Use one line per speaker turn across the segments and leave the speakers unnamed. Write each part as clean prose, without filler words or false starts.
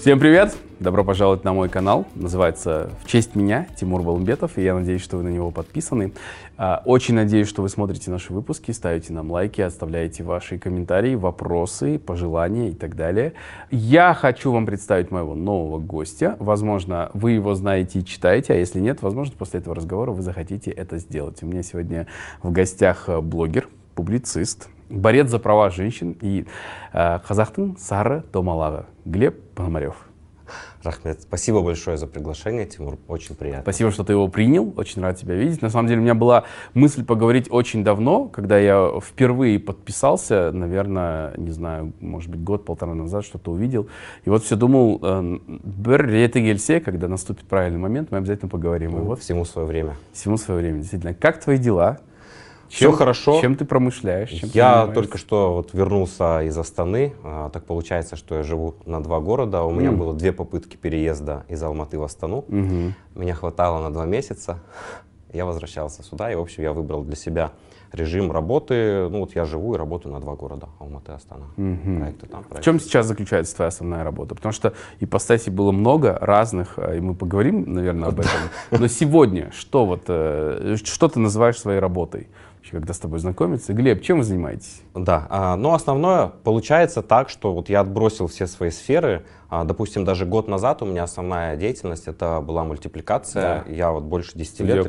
Всем привет! Добро пожаловать на мой канал. Называется «В честь меня» Тимур Балымбетов, и я надеюсь, что вы на него подписаны. Очень надеюсь, что вы смотрите наши выпуски, ставите нам лайки, оставляете ваши комментарии, вопросы, пожелания и так далее. Я хочу вам представить моего нового гостя. Возможно, вы его знаете и читаете, а если нет, возможно, после этого разговора вы захотите это сделать. У меня сегодня в гостях блогер, публицист, борец за права женщин и казахтың сары домалағы Глеб Пономарев.
Рахмет, спасибо большое за приглашение, Тимур, очень приятно.
Спасибо, что ты его принял, очень рад тебя видеть. На самом деле у меня была мысль поговорить очень давно, когда я впервые подписался, наверное, не знаю, может быть, год-полтора назад что-то увидел. И вот все думал, бір реті келсе, когда наступит правильный момент, мы обязательно поговорим.
Ну,
и вот
всему свое время.
Всему свое время, действительно. Как твои дела?
Все хорошо.
Чем ты промышляешь? Чем
я только что вот вернулся из Астаны. Так получается, что я живу на 2 города. У меня было 2 попытки переезда из Алматы в Астану. Меня хватало на 2 месяца. Я возвращался сюда, и, в общем, я выбрал для себя режим работы. Ну, вот я живу и работаю на 2 города. Алматы и Астана. Проекты там, проекты.
В чем сейчас заключается твоя основная работа? Потому что ипостасей было много разных, и мы поговорим, наверное, об этом. Но сегодня что ты называешь своей работой? Когда с тобой знакомиться. Глеб, чем вы занимаетесь?
Да, но основное получается так, что вот я отбросил все свои сферы. Допустим, даже год назад у меня основная деятельность это была мультипликация. Да. Я вот больше 10 лет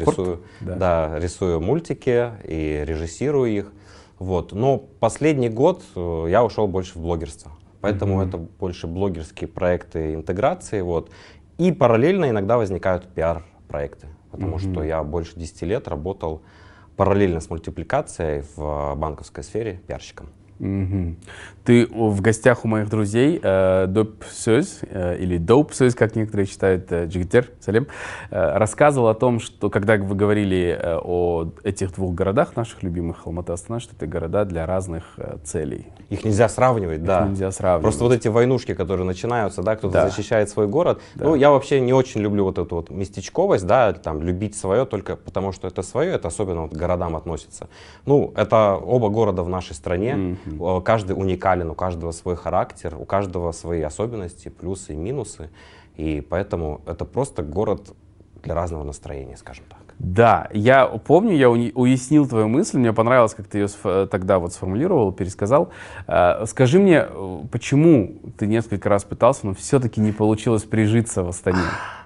рисую мультики и режиссирую их. Вот. Но последний год я ушел больше в блогерство. Поэтому это больше блогерские проекты интеграции. Вот. И параллельно иногда возникают пиар-проекты. Потому что я больше 10 лет работал параллельно с мультипликацией в банковской сфере пиарщиком.
Ты в гостях у моих друзей Доп Сөз, или Доп Сөз, как некоторые читают, Джигитер, Салем, рассказывал о том, что когда вы говорили о этих 2 городах наших любимых, Алматы и Астана, что это города для разных целей.
Их нельзя сравнивать, да.
Нельзя сравнивать.
Просто вот эти войнушки, которые начинаются, да, кто-то защищает свой город. Да. Ну, я вообще не очень люблю вот эту вот местечковость, да, там, любить свое только потому, что это свое, это особенно вот к городам относится. Ну, это оба города в нашей стране. Каждый уникален, у каждого свой характер, у каждого свои особенности, плюсы и минусы. И поэтому это просто город для разного настроения, скажем так.
Да, я помню, я уяснил твою мысль, мне понравилось, как ты ее тогда вот сформулировал, пересказал. Скажи мне, почему ты несколько раз пытался, но все-таки не получилось прижиться в Астане?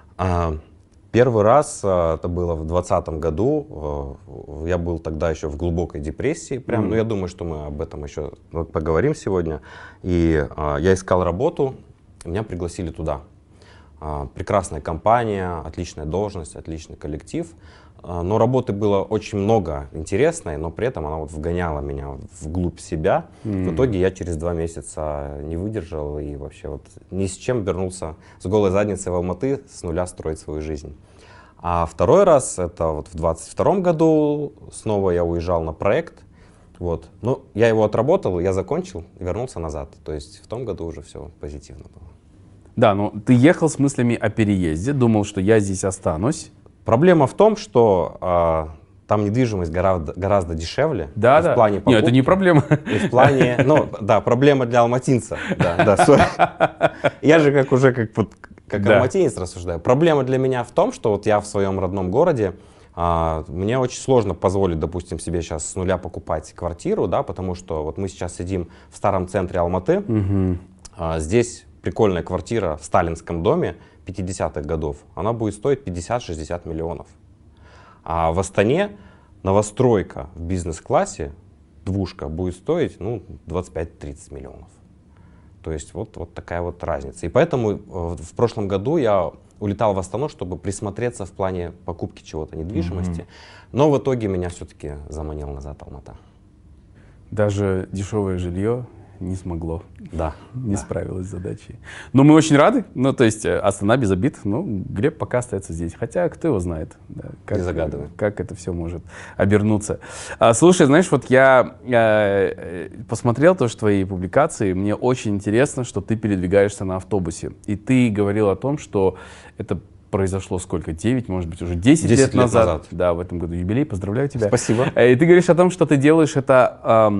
Первый раз это было в 2020 году. Я был тогда еще в глубокой депрессии. Прям, ну, я думаю, что мы об этом еще поговорим сегодня. И я искал работу, меня пригласили туда. Прекрасная компания, отличная должность, отличный коллектив. Но работы было очень много интересной, но при этом она вот вгоняла меня вглубь себя. В итоге я через 2 месяца не выдержал и вообще вот ни с чем вернулся с голой задницей в Алматы с нуля строить свою жизнь. А второй раз, это вот в 2022 году, снова я уезжал на проект. Вот. Ну, я его отработал, я закончил и вернулся назад. То есть в том году уже все позитивно было.
Да, но ты ехал с мыслями о переезде, думал, что я здесь останусь.
Проблема в том, что там недвижимость гораздо дешевле.
Да,
в плане покупки.
Нет, это не проблема.
И в плане, ну, да, проблема для алматинца. Я же как алматинец рассуждаю. Проблема для меня в том, что вот я в своем родном городе, мне очень сложно позволить, допустим, себе сейчас с нуля покупать квартиру, да, потому что вот мы сейчас сидим в старом центре Алматы, здесь прикольная квартира в сталинском доме 50-х годов, она будет стоить 50-60 миллионов. А в Астане новостройка в бизнес-классе, двушка, будет стоить 25-30 миллионов. То есть вот такая вот разница. И поэтому в прошлом году я улетал в Астану, чтобы присмотреться в плане покупки чего-то недвижимости. Но в итоге меня все-таки заманил назад Алмата.
Даже дешевое жилье не смогло, не
да.
справилось с задачей. Но мы очень рады, ну то есть Астана без обид, но Глеб пока остается здесь. Хотя кто его знает, да, как это все может обернуться. Слушай, знаешь, вот я посмотрел тоже твои публикации, мне очень интересно, что ты передвигаешься на автобусе. И ты говорил о том, что это произошло сколько? 9, может быть, уже 10 лет назад. Да, в этом году юбилей, поздравляю тебя.
Спасибо.
И ты говоришь о том, что ты делаешь это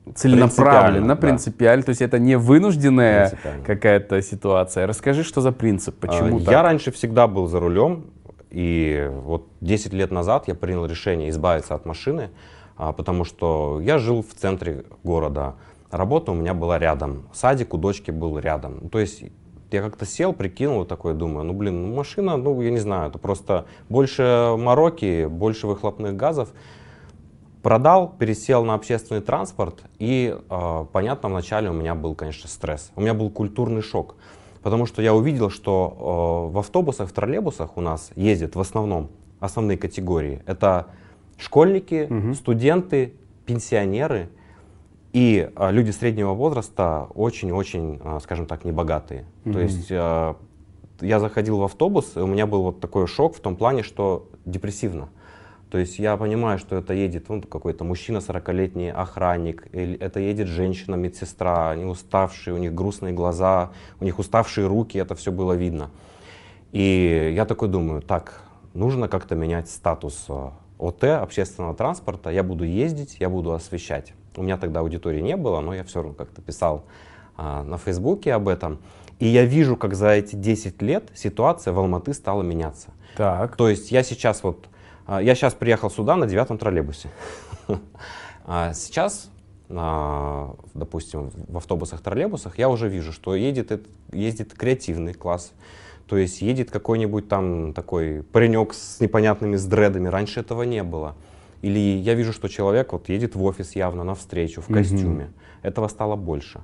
Целенаправленно, принципиально, то есть это не вынужденная какая-то ситуация. Расскажи, что за принцип, почему так?
Я раньше всегда был за рулем, и вот 10 лет назад я принял решение избавиться от машины, потому что я жил в центре города, работа у меня была рядом, садик у дочки был рядом. То есть я как-то сел, прикинул, такой, думаю, машина, я не знаю, это просто больше мороки, больше выхлопных газов. Продал, пересел на общественный транспорт, и, понятно, вначале у меня был, конечно, стресс. У меня был культурный шок, потому что я увидел, что в автобусах, в троллейбусах у нас ездят в основном основные категории. Это школьники, студенты, пенсионеры и люди среднего возраста, очень-очень, скажем так, небогатые. То есть я заходил в автобус, и у меня был вот такой шок в том плане, что депрессивно. То есть я понимаю, что это едет какой-то мужчина 40-летний, охранник, или это едет женщина, медсестра, они уставшие, у них грустные глаза, у них уставшие руки, это все было видно. И я такой думаю, так, нужно как-то менять статус ОТ, общественного транспорта, я буду ездить, я буду освещать. У меня тогда аудитории не было, но я все равно как-то писал на Фейсбуке об этом. И я вижу, как за эти 10 лет ситуация в Алматы стала меняться.
Так.
То есть я сейчас приехал сюда на 9-м троллейбусе. Сейчас, допустим, в автобусах, троллейбусах я уже вижу, что ездит креативный класс. То есть едет какой-нибудь там такой паренек с непонятными дредами. Раньше этого не было. Или я вижу, что человек едет в офис явно навстречу, в костюме. Этого стало больше.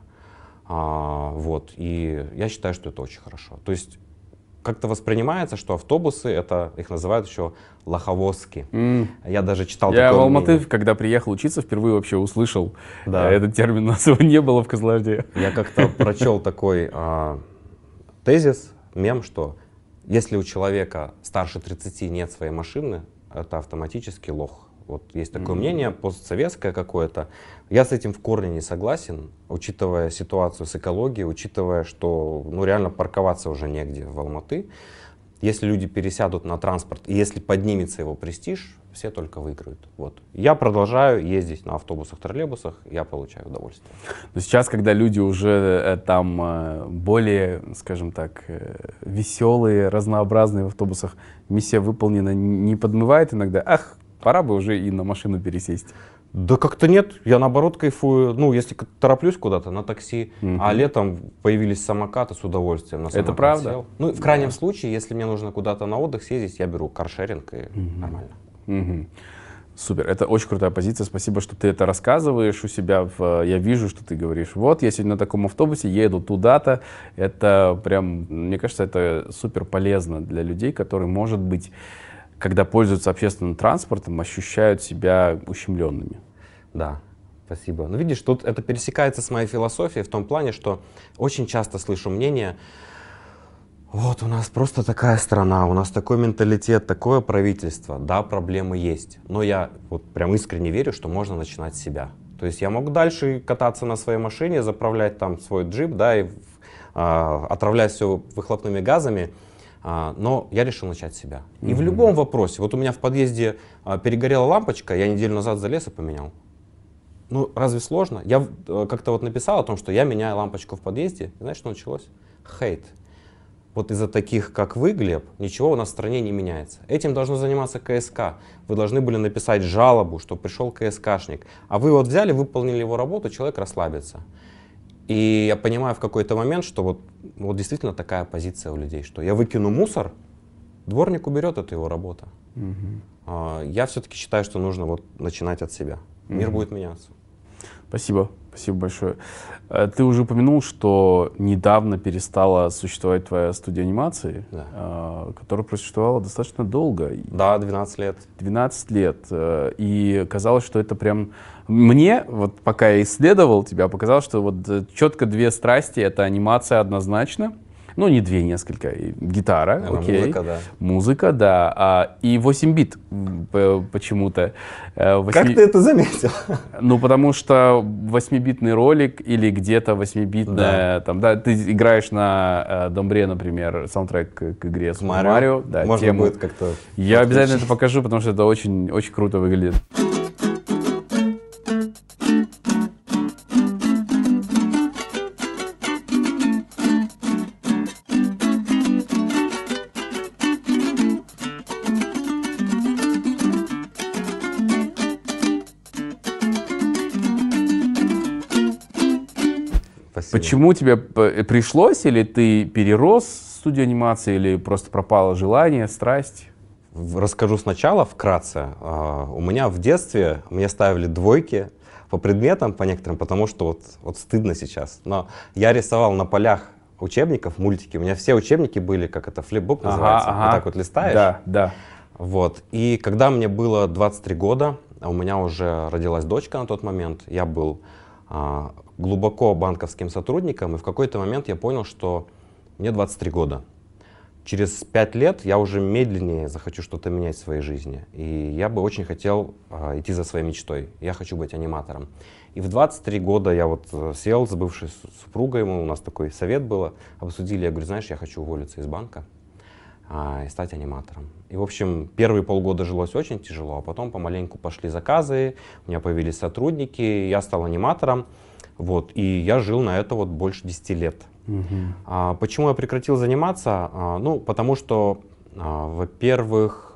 И я считаю, что это очень хорошо. То есть как-то воспринимается, что автобусы, их называют еще лоховозки. Я даже читал такое
мнение. Я в Алматы,
мнение.
когда приехал учиться, впервые вообще услышал этот термин, у нас его не было в Кызылорде.
Я как-то прочел такой тезис, мем, что если у человека старше 30 нет своей машины, это автоматически лох. Вот есть такое мнение, постсоветское какое-то. Я с этим в корне не согласен, учитывая ситуацию с экологией, учитывая, что реально парковаться уже негде в Алматы. Если люди пересядут на транспорт, и если поднимется его престиж, все только выиграют. Я продолжаю ездить на автобусах, троллейбусах, я получаю удовольствие.
Но сейчас, когда люди уже там более, скажем так, веселые, разнообразные в автобусах, миссия выполнена, не подмывает иногда? Ах, пора бы уже и на машину пересесть.
Да как-то нет, я наоборот кайфую. Если тороплюсь куда-то на такси, а летом появились самокаты, с удовольствием на самокат
Это правда?
сел. В крайнем случае, если мне нужно куда-то на отдых съездить, я беру каршеринг и нормально.
Супер, это очень крутая позиция, спасибо, что ты это рассказываешь у себя. Я вижу, что ты говоришь, я сегодня на таком автобусе еду туда-то. Это прям, мне кажется, это супер полезно для людей, которые, может быть, когда пользуются общественным транспортом, ощущают себя ущемленными.
Да, спасибо. Видишь, тут это пересекается с моей философией в том плане, что очень часто слышу мнение, у нас просто такая страна, у нас такой менталитет, такое правительство. Да, проблемы есть, но я прям искренне верю, что можно начинать с себя. То есть я могу дальше кататься на своей машине, заправлять там свой джип, и отравлять все выхлопными газами, но я решил начать с себя. И в любом вопросе, у меня в подъезде перегорела лампочка, я неделю назад залез и поменял. Разве сложно? Я как-то написал о том, что я меняю лампочку в подъезде, и знаешь, что началось? Хейт. Из-за таких, как вы, Глеб, ничего у нас в стране не меняется. Этим должно заниматься КСК. Вы должны были написать жалобу, что пришел КСКшник. А вы взяли, выполнили его работу, человек расслабится. И я понимаю в какой-то момент, что действительно такая позиция у людей, что я выкину мусор, дворник уберет, это его работа. Я все-таки считаю, что нужно начинать от себя. Мир будет меняться.
Спасибо большое. Ты уже упомянул, что недавно перестала существовать твоя студия анимации, которая просуществовала достаточно долго.
Да, 12 лет.
12 лет. И казалось, что это прям... Мне, пока я исследовал тебя, показалось, что четко две страсти — это анимация однозначно. Не две, несколько. Гитара, окей.
Музыка, да.
Музыка, да. И 8 бит почему-то.
Как ты это заметил?
Потому что 8-битный ролик или где-то 8-битная... ты играешь на домбре, например, саундтрек к игре с Марио. Да,
можно будет как-то...
Я обязательно это покажу, потому что это очень, очень круто выглядит.
Спасибо.
Почему тебе пришлось, или ты перерос студию анимации, или просто пропало желание, страсть?
Расскажу сначала вкратце. У меня в детстве мне ставили двойки по предметам, по некоторым, потому что вот стыдно сейчас. Но я рисовал на полях учебников, мультики. У меня все учебники были, как это, флипбук называется. Вот так вот листаешь.
Да, да.
Вот. И когда мне было 23 года, у меня уже родилась дочка на тот момент, я был глубоко банковским сотрудником, и в какой-то момент я понял, что мне 23 года. Через 5 лет я уже медленнее захочу что-то менять в своей жизни. И я бы очень хотел идти за своей мечтой. Я хочу быть аниматором. И в 23 года я вот сел с бывшей супругой, у нас такой совет был, обсудили, я говорю, знаешь, я хочу уволиться из банка и стать аниматором. И, в общем, первые полгода жилось очень тяжело, а потом помаленьку пошли заказы, у меня появились сотрудники, я стал аниматором, вот, и я жил на это вот больше 10 лет. Почему я прекратил заниматься? Ну, потому что, во-первых,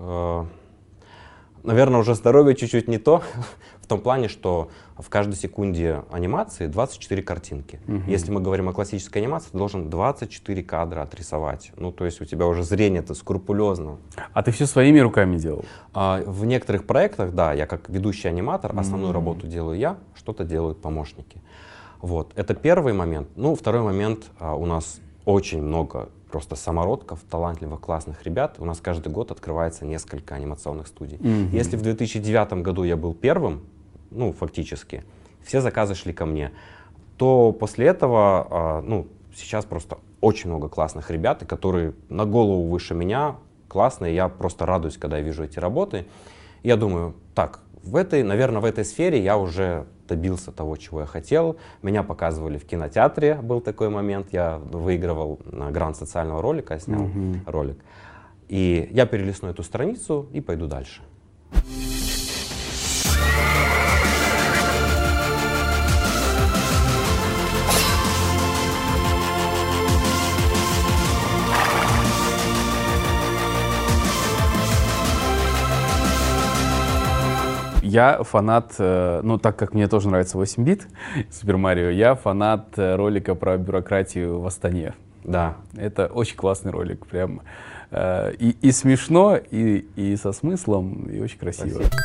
наверное, уже здоровье чуть-чуть не то, в том плане, что в каждой секунде анимации 24 картинки. Если мы говорим о классической анимации, ты должен 24 кадра отрисовать. Ну, то есть у тебя уже зрение-то скрупулезно.
А ты все своими руками делал?
В некоторых проектах, да, я как ведущий аниматор, основную работу делаю я, что-то делают помощники. Вот, это первый момент. Ну, второй момент, у нас очень много просто самородков, талантливых, классных ребят. У нас каждый год открывается несколько анимационных студий. Если в 2009 году я был первым, ну, фактически, все заказы шли ко мне, то после этого, ну, сейчас просто очень много классных ребят, которые на голову выше меня, классные. Я просто радуюсь, когда я вижу эти работы. Я думаю, так, наверное, в этой сфере я уже добился того, чего я хотел. Меня показывали в кинотеатре, был такой момент. Я выигрывал грант социального ролика, снял ролик. И я перелистну эту страницу и пойду дальше.
Я фанат, ну так как мне тоже нравится 8-бит, Супер Марио, я фанат ролика про бюрократию в Астане.
Да.
Это очень классный ролик, прям и смешно, и со смыслом, и очень красиво.
Спасибо.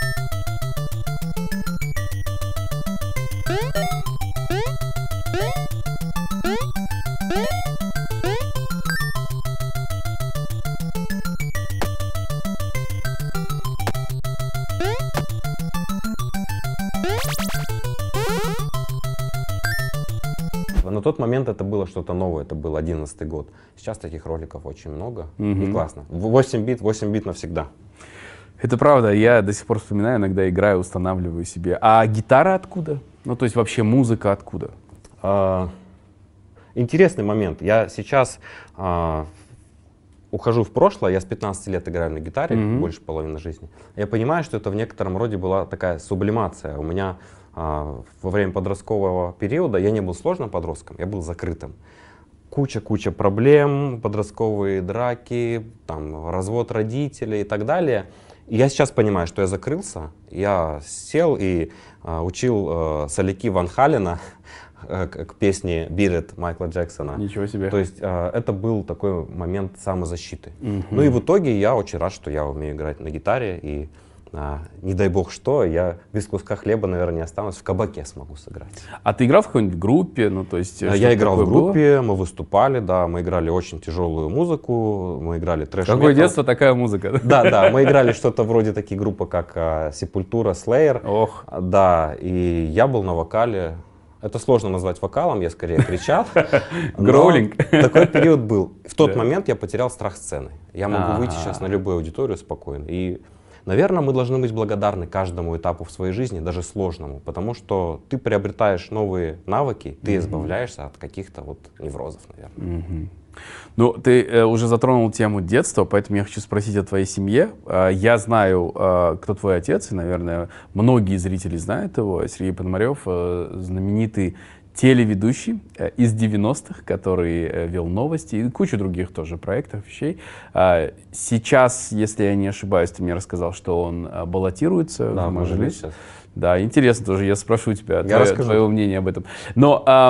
На тот момент это было что-то новое, это был 11-й год. Сейчас таких роликов очень много, и классно. 8-бит навсегда.
Это правда, я до сих пор вспоминаю, иногда играю, устанавливаю себе. А гитара откуда? Ну, то есть вообще музыка откуда?
Интересный момент. Я сейчас ухожу в прошлое, я с 15 лет играю на гитаре, больше половины жизни. Я понимаю, что это в некотором роде была такая сублимация. У меня во время подросткового периода я не был сложным подростком, я был закрытым. Куча проблем, подростковые драки, там, развод родителей и так далее. И я сейчас понимаю, что я закрылся. Я сел и учил соляки Ван Халена к песне «Beat It» Майкла Джексона.
Ничего себе.
То есть это был такой момент самозащиты. Ну и в итоге я очень рад, что я умею играть на гитаре. И не дай бог что, я без куска хлеба, наверное, не останусь, в кабаке смогу сыграть.
А ты играл в какой-нибудь группе? Ну, то есть,
я играл в группе, было? Мы выступали, да, мы играли очень тяжелую музыку, мы играли трэш-метал.
Какое детство, такая музыка.
Да, мы играли что-то вроде таких группы, как Sepultura, Slayer.
Ох.
Да, и я был на вокале. Это сложно назвать вокалом, я скорее кричал.
Гроулинг.
Такой период был. В тот момент я потерял страх сцены. Я могу выйти сейчас на любую аудиторию спокойно. И, наверное, мы должны быть благодарны каждому этапу в своей жизни, даже сложному, потому что ты приобретаешь новые навыки, ты избавляешься от каких-то вот неврозов, наверное.
Ну, ты уже затронул тему детства, поэтому я хочу спросить о твоей семье. Я знаю, кто твой отец, и, наверное, многие зрители знают его. Сергей Пономарев, знаменитый телеведущий из 90-х, который вел новости и кучу других тоже проектов, вещей. Сейчас, если я не ошибаюсь, ты мне рассказал, что он баллотируется
в
Мажилис. Да, интересно тоже, я спрошу тебя твоего мнения об этом. Но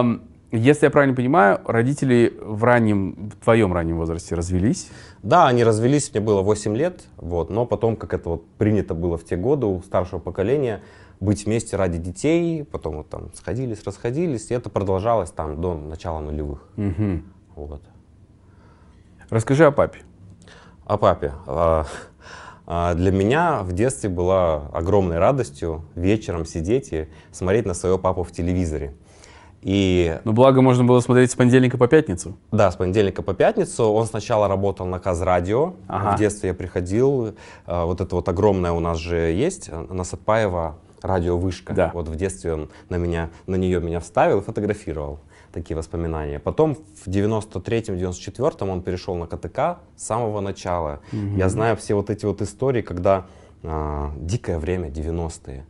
Если я правильно понимаю, родители в твоем раннем возрасте развелись?
Да, они развелись, мне было 8 лет, вот, но потом, как это вот принято было в те годы у старшего поколения, быть вместе ради детей, потом вот там сходились, расходились, и это продолжалось там до начала нулевых.
Угу.
Вот.
Расскажи о папе.
О папе. Для меня в детстве была огромной радостью вечером сидеть и смотреть на своего папу в телевизоре.
Но благо можно было смотреть с понедельника по пятницу.
Да, с понедельника по пятницу. Он сначала работал на Казрадио.
Ага.
В детстве я приходил. Вот это вот огромное у нас же есть, на Сатпаева радиовышка.
Да.
Вот в детстве он на нее меня вставил и фотографировал. Такие воспоминания. Потом в 93-94 он перешел на КТК с самого начала.
Угу.
Я знаю все вот эти вот истории, когда дикое время, 90-е,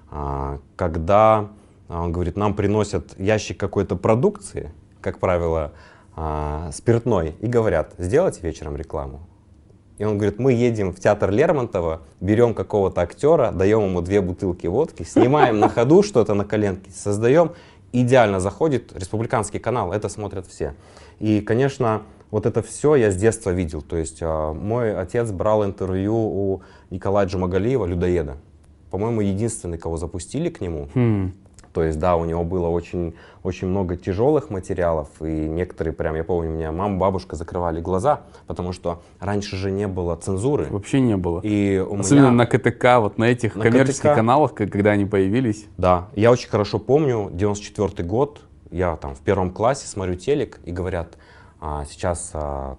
когда он говорит, нам приносят ящик какой-то продукции, как правило, спиртной, и говорят, сделайте вечером рекламу. И он говорит, мы едем в театр Лермонтова, берем какого-то актера, даем ему 2 бутылки водки, снимаем на ходу что-то на коленке, создаем. Идеально заходит республиканский канал, это смотрят все. И, конечно, вот это все я с детства видел. То есть мой отец брал интервью у Николая Джумагалиева, людоеда. По-моему, единственный, кого запустили к нему. То есть, да, у него было очень, очень много тяжелых материалов, и некоторые, прям, я помню, у меня мама, бабушка закрывали глаза, потому что раньше же не было цензуры.
Вообще не было.
И
особенно на КТК, вот на этих коммерческих каналах, когда они появились.
Да, я очень хорошо помню, 94-й год, я там в 1 классе смотрю телек, и говорят, сейчас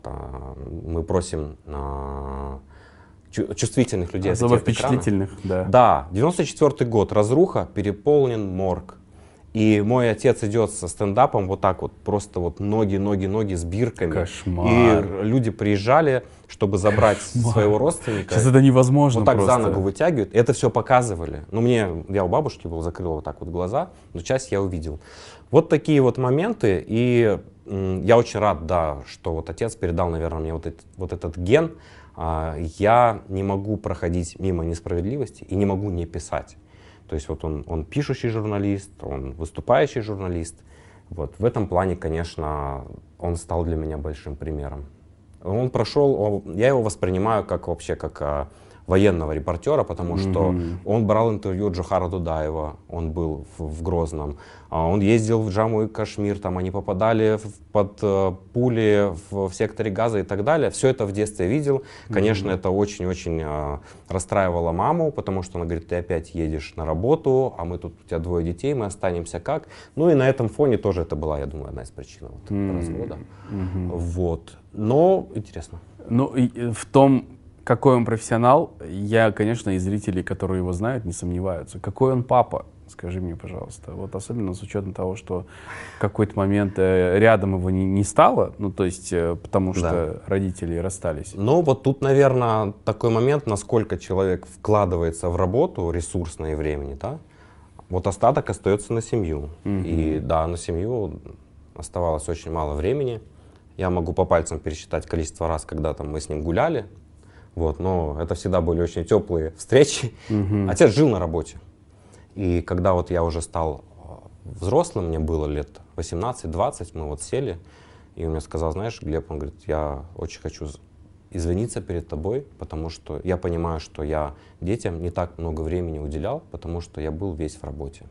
мы просим чувствительных людей.
Особо впечатлительных, да.
Да, 94-й год, разруха, переполнен морг. И мой отец идет со стендапом вот так вот, просто вот ноги с бирками.
Кошмар.
И люди приезжали, чтобы забрать своего родственника.
Сейчас это невозможно.
Вот так
просто
за ногу вытягивают. Это все показывали. Ну, я у бабушки был, закрыл вот так вот глаза, но часть я увидел. Вот такие вот моменты. И я очень рад, да, что вот отец передал, наверное, мне вот этот ген. Я не могу проходить мимо несправедливости и не могу не писать. То есть вот он пишущий журналист, он выступающий журналист. Вот в этом плане, конечно, он стал для меня большим примером. Он прошел, я его воспринимаю как вообще как военного репортера, потому что он брал интервью Джохара Дудаева, он был в Грозном, он ездил в Джамму и Кашмир, там они попадали под пули в секторе Газа и так далее. Все это в детстве видел. Конечно, это очень-очень расстраивало маму, потому что она говорит, ты опять едешь на работу, а мы тут, у тебя 2 детей, мы останемся как? Ну и на этом фоне тоже это была, я думаю, одна из причин развода. Вот. Но интересно.
Ну, и в том, какой он профессионал, я, конечно, и зрители, которые его знают, не сомневаются. Какой он папа, скажи мне, пожалуйста. Вот особенно с учетом того, что в какой-то момент рядом его не стало, ну, то есть, потому что родители расстались.
Ну, вот тут, наверное, такой момент, насколько человек вкладывается в работу ресурсно и времени, да? Вот остаток остается на семью. И да, на семью оставалось очень мало времени. Я могу по пальцам пересчитать количество раз, когда там мы с ним гуляли. Вот, но это всегда были очень теплые встречи. Отец жил на работе. И когда вот я уже стал взрослым, мне было лет 18-20, мы вот сели, и он мне сказал, знаешь, Глеб, он говорит, я очень хочу извиниться перед тобой, потому что я понимаю, что я детям не так много времени уделял, потому что я был весь в работе.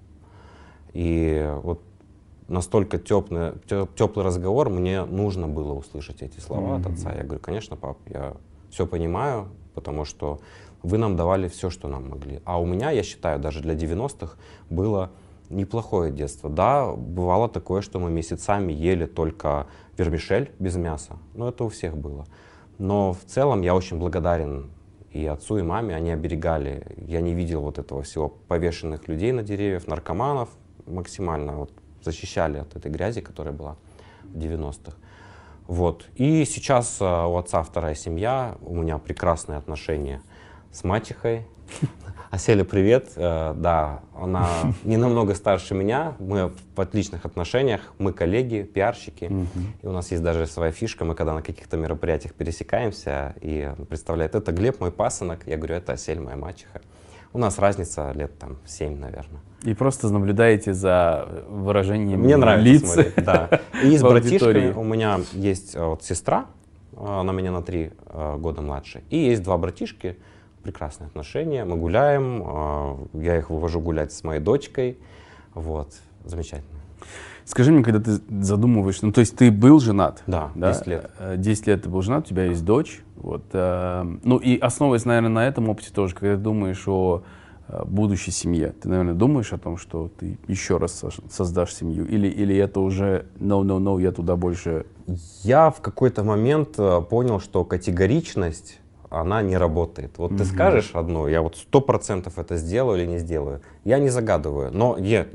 И вот настолько теплый разговор, мне нужно было услышать эти слова от отца. Я говорю, конечно, пап, я все понимаю, потому что вы нам давали все, что нам могли. А у меня, я считаю, даже для 90-х было неплохое детство. Да, бывало такое, что мы месяцами ели только вермишель без мяса. Но это у всех было. Но в целом я очень благодарен и отцу, и маме. Они оберегали. Я не видел вот этого всего повешенных людей на деревьях, наркоманов. Максимально вот защищали от этой грязи, которая была в 90-х. Вот. И сейчас у отца 2-я семья, у меня прекрасные отношения с мачехой. Аселя, привет. Да, она не намного старше меня, мы в отличных отношениях, мы коллеги, пиарщики. И у нас есть даже своя фишка, мы когда на каких-то мероприятиях пересекаемся и представляет, это Глеб, мой пасынок, я говорю, это Асель, моя мачеха. У нас разница лет там 7, наверное.
И просто наблюдаете за выражением
Мне нравится
лиц.
смотреть, да. И с
в аудитории.
братишками у меня есть вот сестра, она меня на 3 года младше, и есть 2 братишки, прекрасные отношения, мы гуляем, я их вывожу гулять с моей дочкой, вот, замечательно.
Скажи мне, когда ты задумываешься, ну то есть ты был женат?
Да, 10 лет.
10 лет ты был женат, у тебя есть дочь. Вот, ну и основываясь, наверное, на этом опыте тоже, когда ты думаешь о будущей семье, ты, наверное, думаешь о том, что ты еще раз создашь семью? Или это уже no, я туда больше...
Я в какой-то момент понял, что категоричность, она не работает. Вот ты скажешь одно, я вот 100% это сделаю или не сделаю. Я не загадываю, но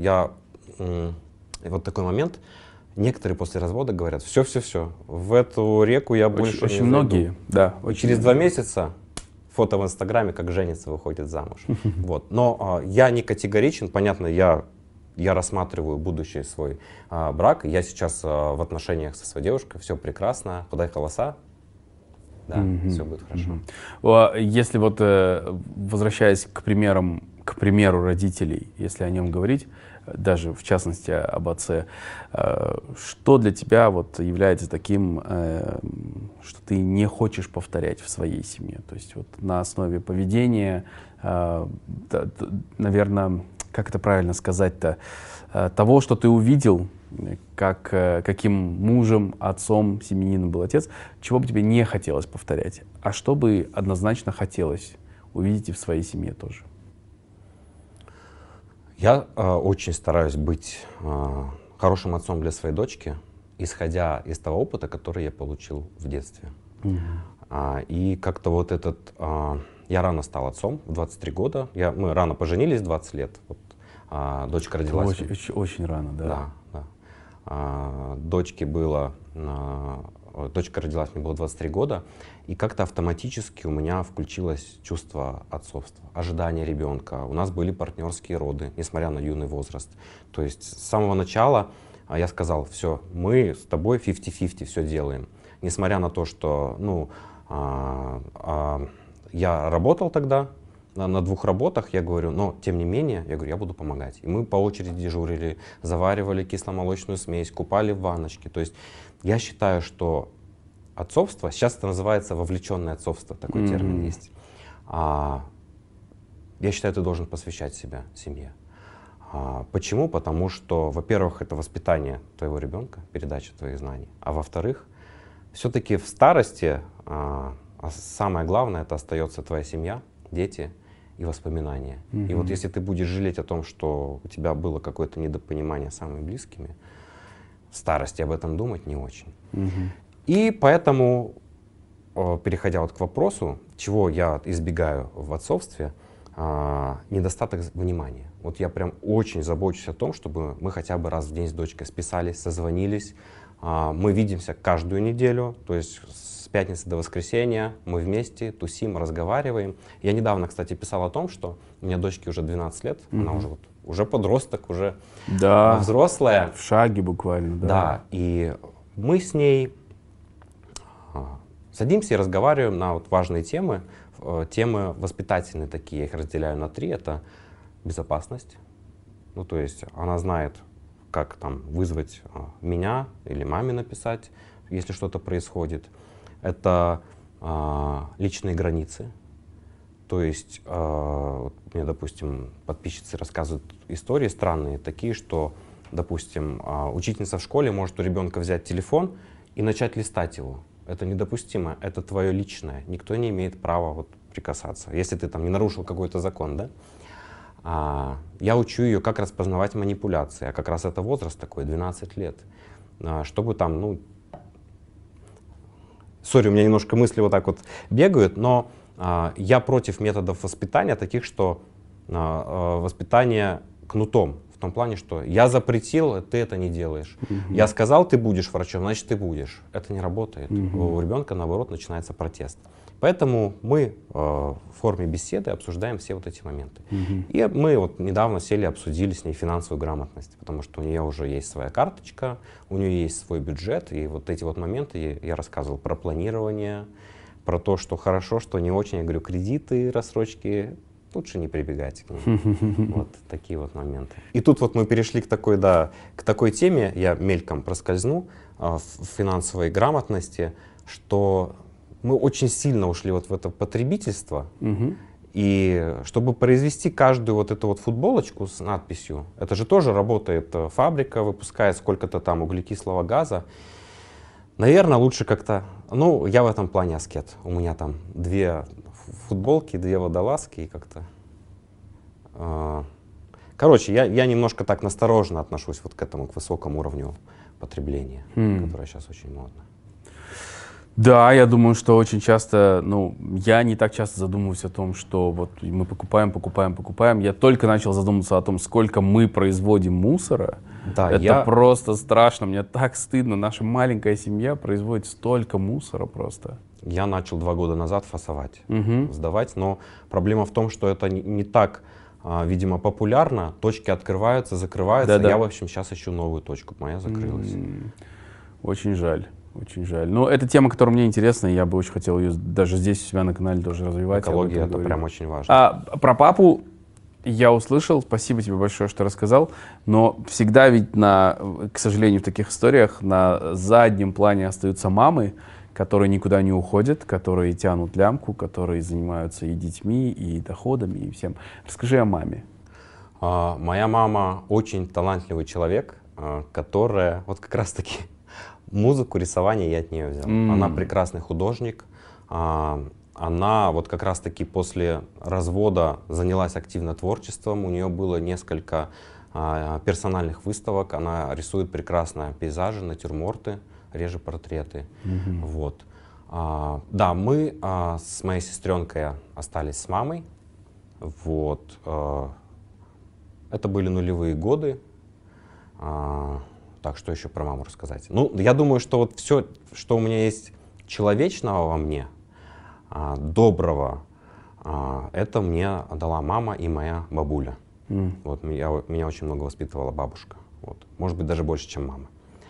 вот такой момент, некоторые после развода говорят, все, в эту реку я больше
Очень
не
многие,
зайду.
да.
Через 2 месяца фото в Инстаграме, как женится, выходит замуж. Вот. Но я не категоричен, понятно, я рассматриваю будущий свой брак. Я сейчас в отношениях со своей девушкой, все прекрасно, подай голоса, да, все будет хорошо.
Если вот, возвращаясь к примеру родителей, если о нем говорить, даже в частности об отце, что для тебя вот является таким, что ты не хочешь повторять в своей семье? То есть вот на основе поведения, наверное, как это правильно сказать-то, того, что ты увидел, каким мужем, отцом, семьянином был отец, чего бы тебе не хотелось повторять, а что бы однозначно хотелось увидеть и в своей семье тоже?
Я очень стараюсь быть хорошим отцом для своей дочки, исходя из того опыта, который я получил в детстве. И как-то вот я рано стал отцом, в 23 года. Мы рано поженились, 20 лет. Вот, дочка родилась.
Очень рано, да.
Да. Дочка родилась, мне было 23 года, и как-то автоматически у меня включилось чувство отцовства, ожидание ребенка. У нас были партнерские роды, несмотря на юный возраст. То есть с самого начала я сказал, все, мы с тобой 50-50 все делаем. Несмотря на то, что я работал тогда на 2 работах, я говорю, но тем не менее, я говорю, я буду помогать. И мы по очереди дежурили, заваривали кисломолочную смесь, купали в ванночке. То есть я считаю, что отцовство, сейчас это называется вовлеченное отцовство, такой термин есть. Я считаю, ты должен посвящать себя семье. Почему? Потому что, во-первых, это воспитание твоего ребенка, передача твоих знаний. А во-вторых, все-таки в старости самое главное это остается твоя семья, дети и воспоминания. И вот если ты будешь жалеть о том, что у тебя было какое-то недопонимание с самыми близкими, в старости об этом думать не очень. И поэтому, переходя вот к вопросу, чего я избегаю в отцовстве, недостаток внимания. Вот я прям очень забочусь о том, чтобы мы хотя бы раз в день с дочкой списались, созвонились. Мы видимся каждую неделю, то есть с пятницы до воскресенья мы вместе тусим, разговариваем. Я недавно, кстати, писал о том, что у меня дочке уже 12 лет, она уже подросток, уже взрослая.
В шаге буквально.
Да, и мы с ней садимся и разговариваем на вот важные темы. Темы воспитательные такие, я их разделяю на 3. Это безопасность. Ну, то есть она знает, как там вызвать меня или маме написать, если что-то происходит. Это личные границы. То есть мне, допустим, подписчицы рассказывают истории странные, такие, что, допустим, учительница в школе может у ребенка взять телефон и начать листать его. Это недопустимо, это твое личное. Никто не имеет права вот прикасаться, если ты там не нарушил какой-то закон, да? Я учу ее, как распознавать манипуляции, а как раз это возраст такой, 12 лет. Чтобы там, сори, у меня немножко мысли вот так вот бегают, но я против методов воспитания таких, что воспитание кнутом. В том плане, что я запретил, ты это не делаешь. Я сказал, ты будешь врачом, значит ты будешь. Это не работает. У ребенка, наоборот, начинается протест. Поэтому мы в форме беседы обсуждаем все вот эти моменты. И мы вот недавно сели, обсудили с ней финансовую грамотность, потому что у нее уже есть своя карточка, у нее есть свой бюджет, и вот эти вот моменты я рассказывал про планирование, про то, что хорошо, что не очень. Я говорю, кредиты, рассрочки, лучше не прибегайте к ним. Вот такие вот моменты. И тут вот мы перешли к такой, да, к такой теме, я мельком проскользну, в финансовой грамотности, что мы очень сильно ушли вот в это потребительство. И чтобы произвести каждую вот эту вот футболочку с надписью, это же тоже работает фабрика, выпускает сколько-то там углекислого газа. Наверное, лучше как-то, ну, я в этом плане аскет. У меня там 2 футболки, 2 водолазки и как-то... Короче, я немножко так настороженно отношусь вот к этому, к высокому уровню потребления, которое сейчас очень модно.
Да, я думаю, что очень часто, ну, я не так часто задумываюсь о том, что вот мы покупаем. Я только начал задумываться о том, сколько мы производим мусора.
Да,
это просто страшно, мне так стыдно. Наша маленькая семья производит столько мусора просто.
Я начал 2 года назад фасовать, сдавать, но проблема в том, что это не так, видимо, популярно. Точки открываются, закрываются.
Да-да.
Я, в общем, сейчас ищу новую точку, моя закрылась.
Очень жаль. Очень жаль. Но это тема, которая мне интересна, и я бы очень хотел ее даже здесь у себя на канале тоже развивать.
Экология — это прям очень важно.
Про папу я услышал, спасибо тебе большое, что рассказал, но всегда ведь, к сожалению, в таких историях на заднем плане остаются мамы, которые никуда не уходят, которые тянут лямку, которые занимаются и детьми, и доходами, и всем. Расскажи о маме.
Моя мама очень талантливый человек, которая вот как раз-таки... Музыку, рисование я от нее взял. Она прекрасный художник. Она вот как раз-таки после развода занялась активно творчеством. У нее было несколько персональных выставок. Она рисует прекрасно пейзажи, натюрморты, реже портреты. Вот. Да, мы с моей сестренкой остались с мамой. Вот. Это были нулевые годы. Так, что еще про маму рассказать? Ну, я думаю, что вот все, что у меня есть человечного во мне, доброго, это мне дала мама и моя бабуля. Вот, меня очень много воспитывала бабушка. Вот. Может быть, даже больше, чем мама.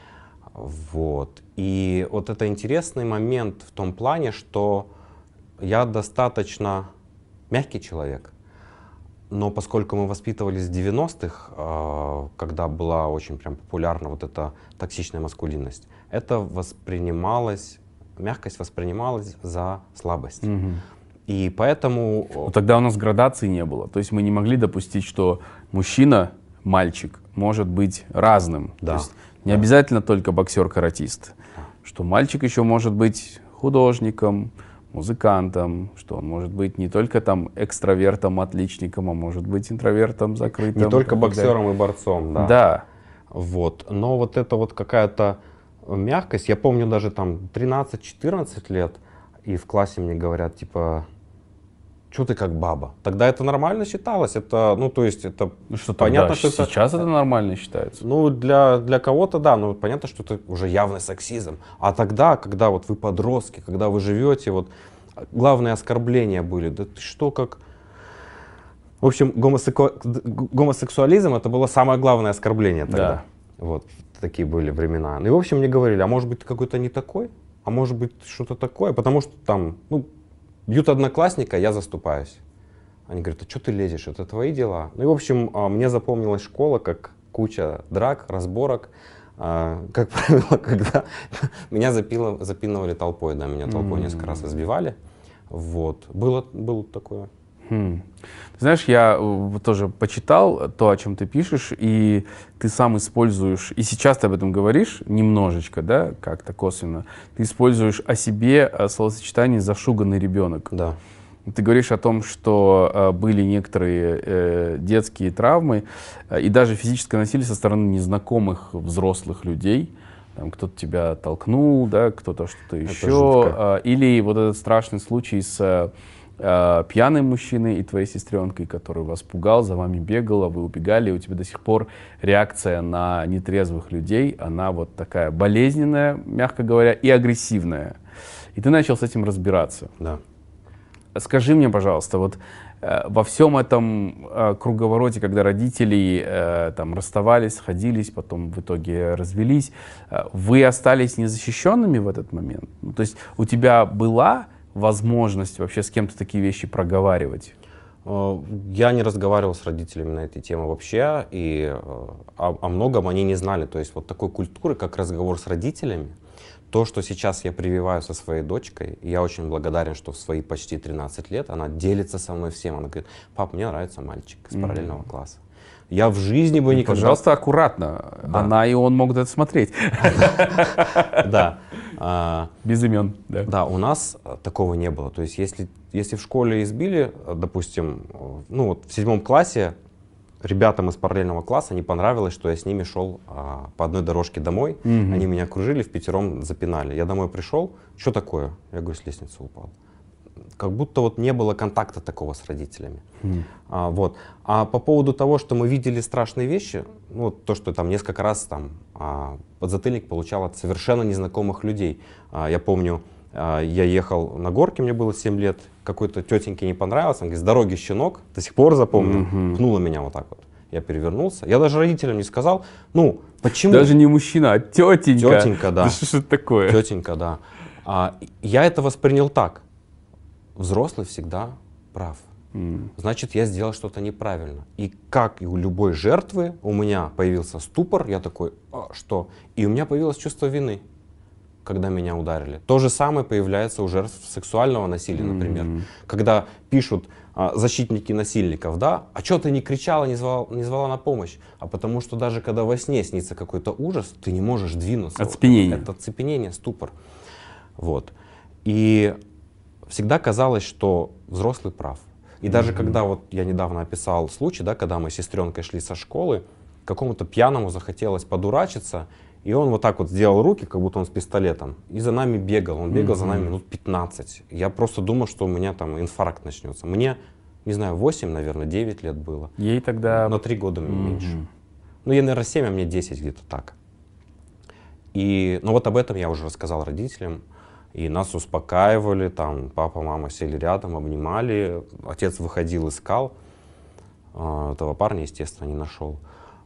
Вот. И вот это интересный момент в том плане, что я достаточно мягкий человек. Но поскольку мы воспитывались в 90-х, когда была очень прям популярна вот эта токсичная маскулинность, это воспринималось, мягкость воспринималась за слабость. И поэтому...
Но тогда у нас градации не было. То есть мы не могли допустить, что мужчина, мальчик, может быть разным.
Да.
То есть не обязательно только боксер-каратист. Что мальчик еще может быть художником, музыкантом, что он может быть не только там экстравертом, отличником, а может быть интровертом, закрытым.
Не только боксером и борцом, да.
Да.
Вот. Но вот это вот какая-то мягкость, я помню даже там 13-14 лет, и в классе мне говорят, типа, что ты как баба? Тогда это нормально считалось, это, ну то есть это
Что
понятно,
тогда?
что
Сейчас это нормально считается.
Ну для кого-то да, но понятно, что это уже явный сексизм. А тогда, когда вот вы подростки, когда вы живете, вот главные оскорбления были, да ты что, как... В общем, гомосексуализм это было самое главное оскорбление тогда.
Да.
Вот такие были времена. И в общем мне говорили, а может быть ты какой-то не такой? А может быть что-то такое? Потому что там, ну, бьют одноклассника, я заступаюсь. Они говорят, а что ты лезешь, это твои дела. Ну и в общем, мне запомнилась школа как куча драк, разборок. Как правило, когда меня запинывали толпой, да, меня толпой несколько раз избивали. Вот. Было такое.
Ты знаешь, я тоже почитал то, о чем ты пишешь, и ты сам используешь, и сейчас ты об этом говоришь немножечко, да, как-то косвенно, ты используешь о себе словосочетание «зашуганный ребенок».
Да.
Ты говоришь о том, что были некоторые детские травмы и даже физическое насилие со стороны незнакомых взрослых людей. Там кто-то тебя толкнул, да, кто-то что-то еще. Или вот этот страшный случай с пьяным мужчиной и твоей сестренкой, который вас пугал, за вами бегал, а вы убегали, и у тебя до сих пор реакция на нетрезвых людей, она вот такая болезненная, мягко говоря, и агрессивная. И ты начал с этим разбираться.
Да.
Скажи мне, пожалуйста, вот во всем этом круговороте, когда родители там расставались, сходились, потом в итоге развелись, вы остались незащищенными в этот момент? То есть у тебя была возможность вообще с кем-то такие вещи проговаривать?
Я не разговаривал с родителями на эти темы вообще, и о многом они не знали. То есть вот такой культуры, как разговор с родителями, то, что сейчас я прививаю со своей дочкой, и я очень благодарен, что в свои почти 13 лет она делится со мной всем. Она говорит: пап, мне нравится мальчик из параллельного класса. Я в жизни бы никогда...
Пожалуйста, аккуратно.
Да.
Она и он могут это смотреть.
Да.
Без имен.
Да, у нас такого не было. То есть если в школе избили, допустим, ну вот в 7 классе ребятам из параллельного класса не понравилось, что я с ними шел по одной дорожке домой. Они меня окружили, впятером запинали. Я домой пришел: что такое? Я говорю: с лестницы упал. Как будто вот не было контакта такого с родителями. Вот. А по поводу того, что мы видели страшные вещи, ну, вот то, что там несколько раз там подзатыльник получал от совершенно незнакомых людей. Я помню, я ехал на горке, мне было 7 лет, какой-то тетеньке не понравилось, он говорит: с дороги щенок, до сих пор запомнил, пнула меня вот так вот. Я перевернулся, я даже родителям не сказал, ну, почему?
Даже не мужчина, а тетенька.
Тетенька, да.
Да что это такое?
Тетенька, да. Я это воспринял так: взрослый всегда прав. Значит, я сделал что-то неправильно. И как и у любой жертвы, у меня появился ступор, я такой: что? И у меня появилось чувство вины, когда меня ударили. То же самое появляется у жертв сексуального насилия, например. Когда пишут защитники насильников: да, а что ты не кричала, не звала на помощь? А потому что даже когда во сне снится какой-то ужас, ты не можешь двинуться.
Оцепенение.
Это оцепенение, ступор. Вот. И всегда казалось, что взрослый прав. И даже когда вот я недавно описал случай, да, когда мы с сестренкой шли со школы, какому-то пьяному захотелось подурачиться, и он вот так вот сделал руки, как будто он с пистолетом, и за нами бегал. Он бегал за нами минут 15. Я просто думал, что у меня там инфаркт начнется. Мне, не знаю, 8, наверное, 9 лет было.
Ей тогда...
На 3 года меньше. Ну, ей, наверное, 7, а мне 10 где-то так. Ну вот об этом я уже рассказал родителям. И нас успокаивали, там папа, мама сели рядом, обнимали. Отец выходил, искал. Этого парня, естественно, не нашел.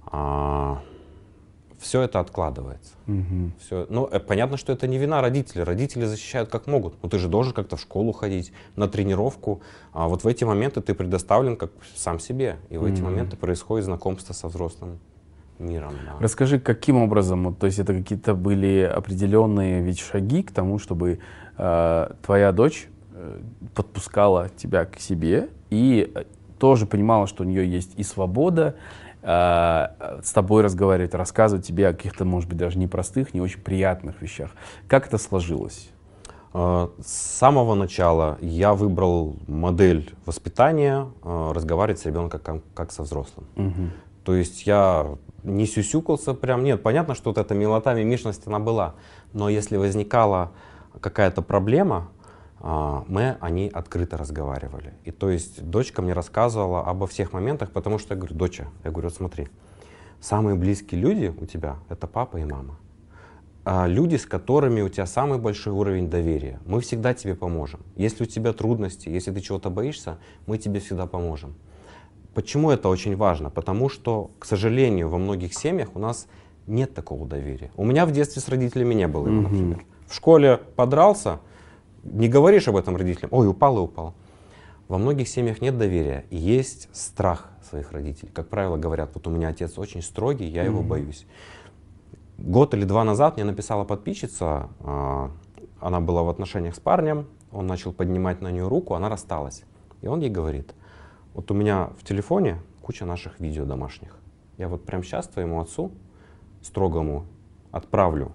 Все это откладывается. Все. Ну, понятно, что это не вина родителей. Родители защищают как могут. Но ты же должен как-то в школу ходить, на тренировку. А вот в эти моменты ты предоставлен как сам себе. И в эти моменты происходит знакомство со взрослым миром. Да.
Расскажи, каким образом, вот, то есть это какие-то были определенные ведь шаги к тому, чтобы твоя дочь подпускала тебя к себе и тоже понимала, что у нее есть и свобода с тобой разговаривать, рассказывать тебе о каких-то, может быть, даже непростых, не очень приятных вещах. Как это сложилось?
С самого начала я выбрал модель воспитания, разговаривать с ребенком как со взрослым. То есть я не сюсюкался прям, нет, понятно, что вот эта милота, мимишность, она была, но если возникала какая-то проблема, мы о ней открыто разговаривали. И то есть дочка мне рассказывала обо всех моментах, потому что я говорю: доча, я говорю, вот смотри, самые близкие люди у тебя — это папа и мама. Люди, с которыми у тебя самый большой уровень доверия. Мы всегда тебе поможем. Если у тебя трудности, если ты чего-то боишься, мы тебе всегда поможем. Почему это очень важно? Потому что, к сожалению, во многих семьях у нас нет такого доверия. У меня в детстве с родителями не было его, например. В школе подрался, не говоришь об этом родителям: ой, упал и упал. Во многих семьях нет доверия, и есть страх своих родителей. Как правило, говорят: вот у меня отец очень строгий, я его боюсь. Год или 2 назад мне написала подписчица, она была в отношениях с парнем, он начал поднимать на нее руку, она рассталась. И он ей говорит: вот у меня в телефоне куча наших видео домашних. Я вот прямо сейчас твоему отцу строгому отправлю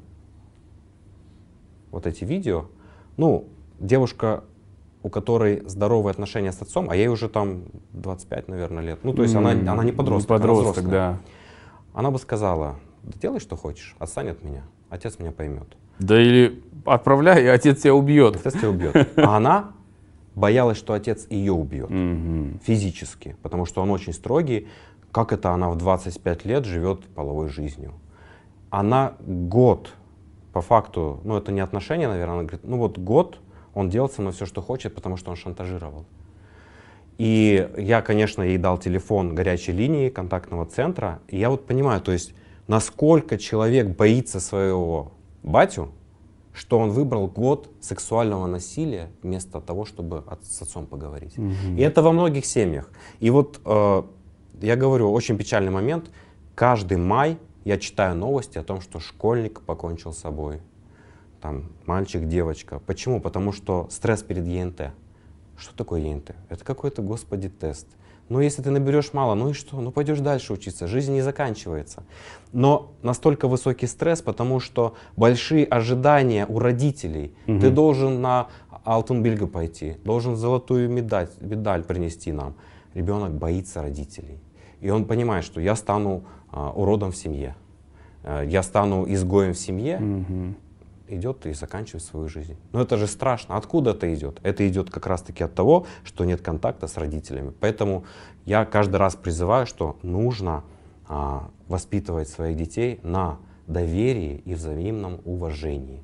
вот эти видео. Ну, девушка, у которой здоровые отношения с отцом, а ей уже там 25, наверное, лет. Ну, то есть она не подросток,
не подросток, да.
Она бы сказала: да делай, что хочешь, отстань от меня, отец меня поймет.
Да или отправляй, и отец тебя убьет.
Отец тебя убьет. А она боялась, что отец ее убьет физически, потому что он очень строгий. Как это она в 25 лет живет половой жизнью? Она год, по факту, ну это не отношения, наверное, она говорит: ну вот год он делал со мной все, что хочет, потому что он шантажировал. И я, конечно, ей дал телефон горячей линии контактного центра, и я вот понимаю, то есть насколько человек боится своего батю, что он выбрал год сексуального насилия вместо того, чтобы с отцом поговорить. И это во многих семьях. И вот я говорю, очень печальный момент. Каждый май я читаю новости о том, что школьник покончил с собой. Там, мальчик, девочка. Почему? Потому что стресс перед ЕНТ. Что такое ЕНТ? Это какой-то, господи, тест. Ну, если ты наберешь мало, ну и что? Ну, пойдешь дальше учиться, жизнь не заканчивается. Но настолько высокий стресс, потому что большие ожидания у родителей. Ты должен на Алтын-Белгі пойти, должен золотую медаль принести нам. Ребенок боится родителей. И он понимает, что я стану уродом в семье, я стану изгоем в семье, идет и заканчивает свою жизнь. Но это же страшно. Откуда это идет? Это идет как раз-таки от того, что нет контакта с родителями. Поэтому я каждый раз призываю, что нужно воспитывать своих детей на доверии и взаимном уважении.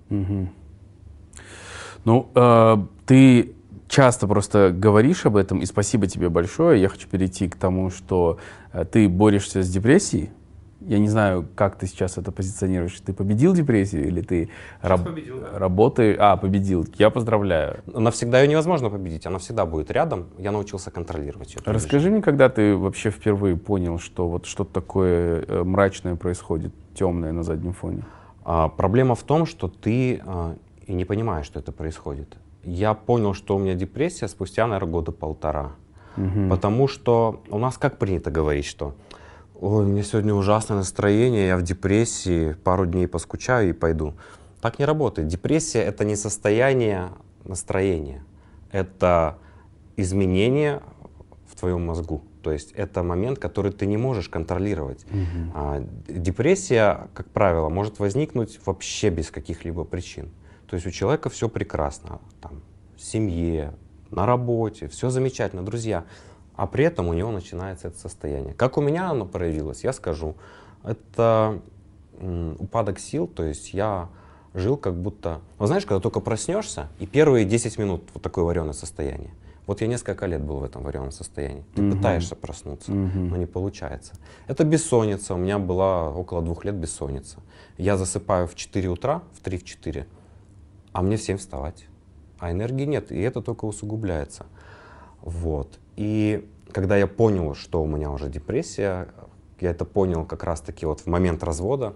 Ну, ты часто просто говоришь об этом, и спасибо тебе большое. Я хочу перейти к тому, что ты борешься с депрессией. Я не знаю, как ты сейчас это позиционируешь. Ты победил депрессию или ты работаешь? Победил. Я поздравляю.
Навсегда ее невозможно победить. Она всегда будет рядом. Я научился контролировать ее.
Расскажи мне, когда ты вообще впервые понял, что вот что-то такое мрачное происходит, темное на заднем фоне?
Проблема в том, что ты и не понимаешь, что это происходит. Я понял, что у меня депрессия спустя, наверное, года полтора. Потому что у нас как принято говорить, что ой, у меня сегодня ужасное настроение, я в депрессии, пару дней поскучаю и пойду. Так не работает. Депрессия — это не состояние настроения, это изменение в твоем мозгу. То есть это момент, который ты не можешь контролировать. Депрессия, как правило, может возникнуть вообще без каких-либо причин. То есть у человека все прекрасно, там, в семье, на работе, все замечательно, друзья. А при этом у него начинается это состояние. Как у меня оно проявилось, я скажу. Это упадок сил, то есть я жил как будто... Вот знаешь, когда только проснешься, и первые 10 минут вот такое вареное состояние. Вот я несколько лет был в этом вареном состоянии. Ты пытаешься проснуться, но не получается. Это бессонница. У меня была около 2 лет бессонница. Я засыпаю в 4 утра, в 3-4, а мне в 7 вставать. А энергии нет, и это только усугубляется. Вот. И когда я понял, что у меня уже депрессия, я это понял как раз-таки вот в момент развода.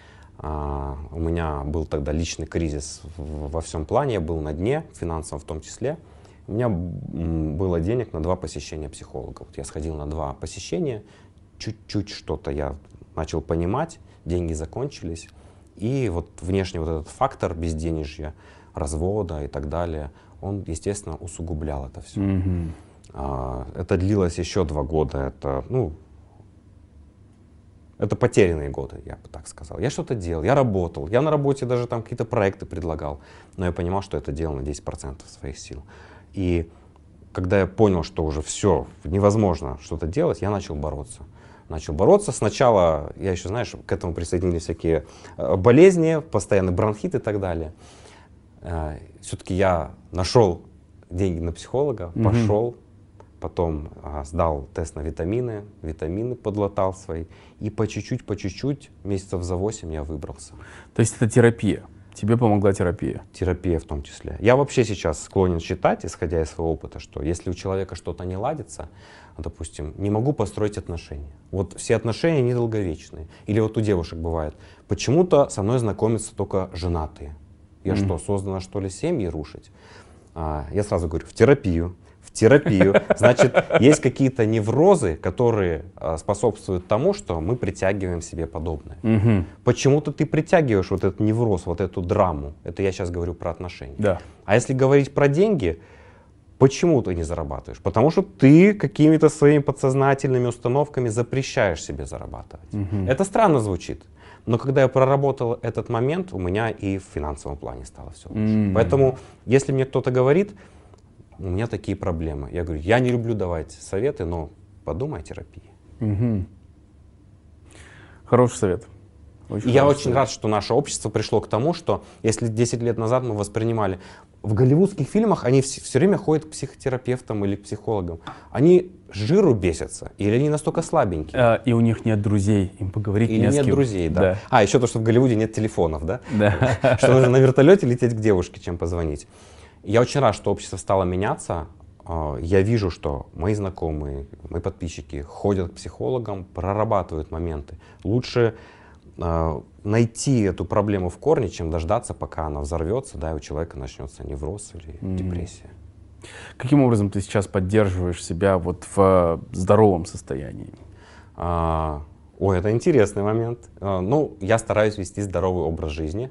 У меня был тогда личный кризис во всем плане, я был на дне, финансово в том числе. У меня было денег на 2 посещения психолога. Вот я сходил на 2 посещения, чуть-чуть что-то я начал понимать, деньги закончились. И вот внешний вот этот фактор безденежья, развода и так далее, он, естественно, усугублял это все. Это длилось еще 2 года. Это потерянные годы, я бы так сказал. Я что-то делал, я работал, я на работе даже там какие-то проекты предлагал, но я понимал, что это делал на 10% своих сил. И когда я понял, что уже все, невозможно что-то делать, я начал бороться. Сначала, я еще, знаешь, к этому присоединились всякие болезни, постоянный бронхит и так далее. Все-таки я нашел деньги на психолога, пошел, потом сдал тест на витамины подлатал свои, и по чуть-чуть, месяцев за 8 я выбрался.
То есть это терапия? Тебе помогла терапия?
Терапия в том числе. Я вообще сейчас склонен считать, исходя из своего опыта, что если у человека что-то не ладится, допустим, не могу построить отношения. Вот все отношения недолговечные. Или вот у девушек бывает, почему-то со мной знакомятся только женатые. Я что, создана, что ли, семьи рушить? Я сразу говорю, в терапию. Значит, есть какие-то неврозы, которые способствуют тому, что мы притягиваем себе подобное. Почему-то ты притягиваешь вот этот невроз, вот эту драму. Это я сейчас говорю про отношения.
Да.
А если говорить про деньги, почему ты не зарабатываешь? Потому что ты какими-то своими подсознательными установками запрещаешь себе зарабатывать. Это странно звучит. Но когда я проработал этот момент, у меня и в финансовом плане стало все лучше. Поэтому, если мне кто-то говорит, у меня такие проблемы, я говорю, я не люблю давать советы, но подумай о терапии.
Хороший совет.
И я очень рад, что наше общество пришло к тому, что если 10 лет назад мы воспринимали... В голливудских фильмах они все время ходят к психотерапевтам или к психологам. Они жиру бесятся, или они настолько слабенькие.
И у них нет друзей, им поговорить не с кем.
Нет друзей, да. А, еще то, что в Голливуде нет телефонов, да?
Да.
Что нужно на вертолете лететь к девушке, чем позвонить. Я очень рад, что общество стало меняться. Я вижу, что мои знакомые, мои подписчики ходят к психологам, прорабатывают моменты. Лучше найти эту проблему в корне, чем дождаться, пока она взорвется, да, и у человека начнется невроз или депрессия.
Каким образом ты сейчас поддерживаешь себя вот в здоровом состоянии?
Ой, это интересный момент. Ну, я стараюсь вести здоровый образ жизни.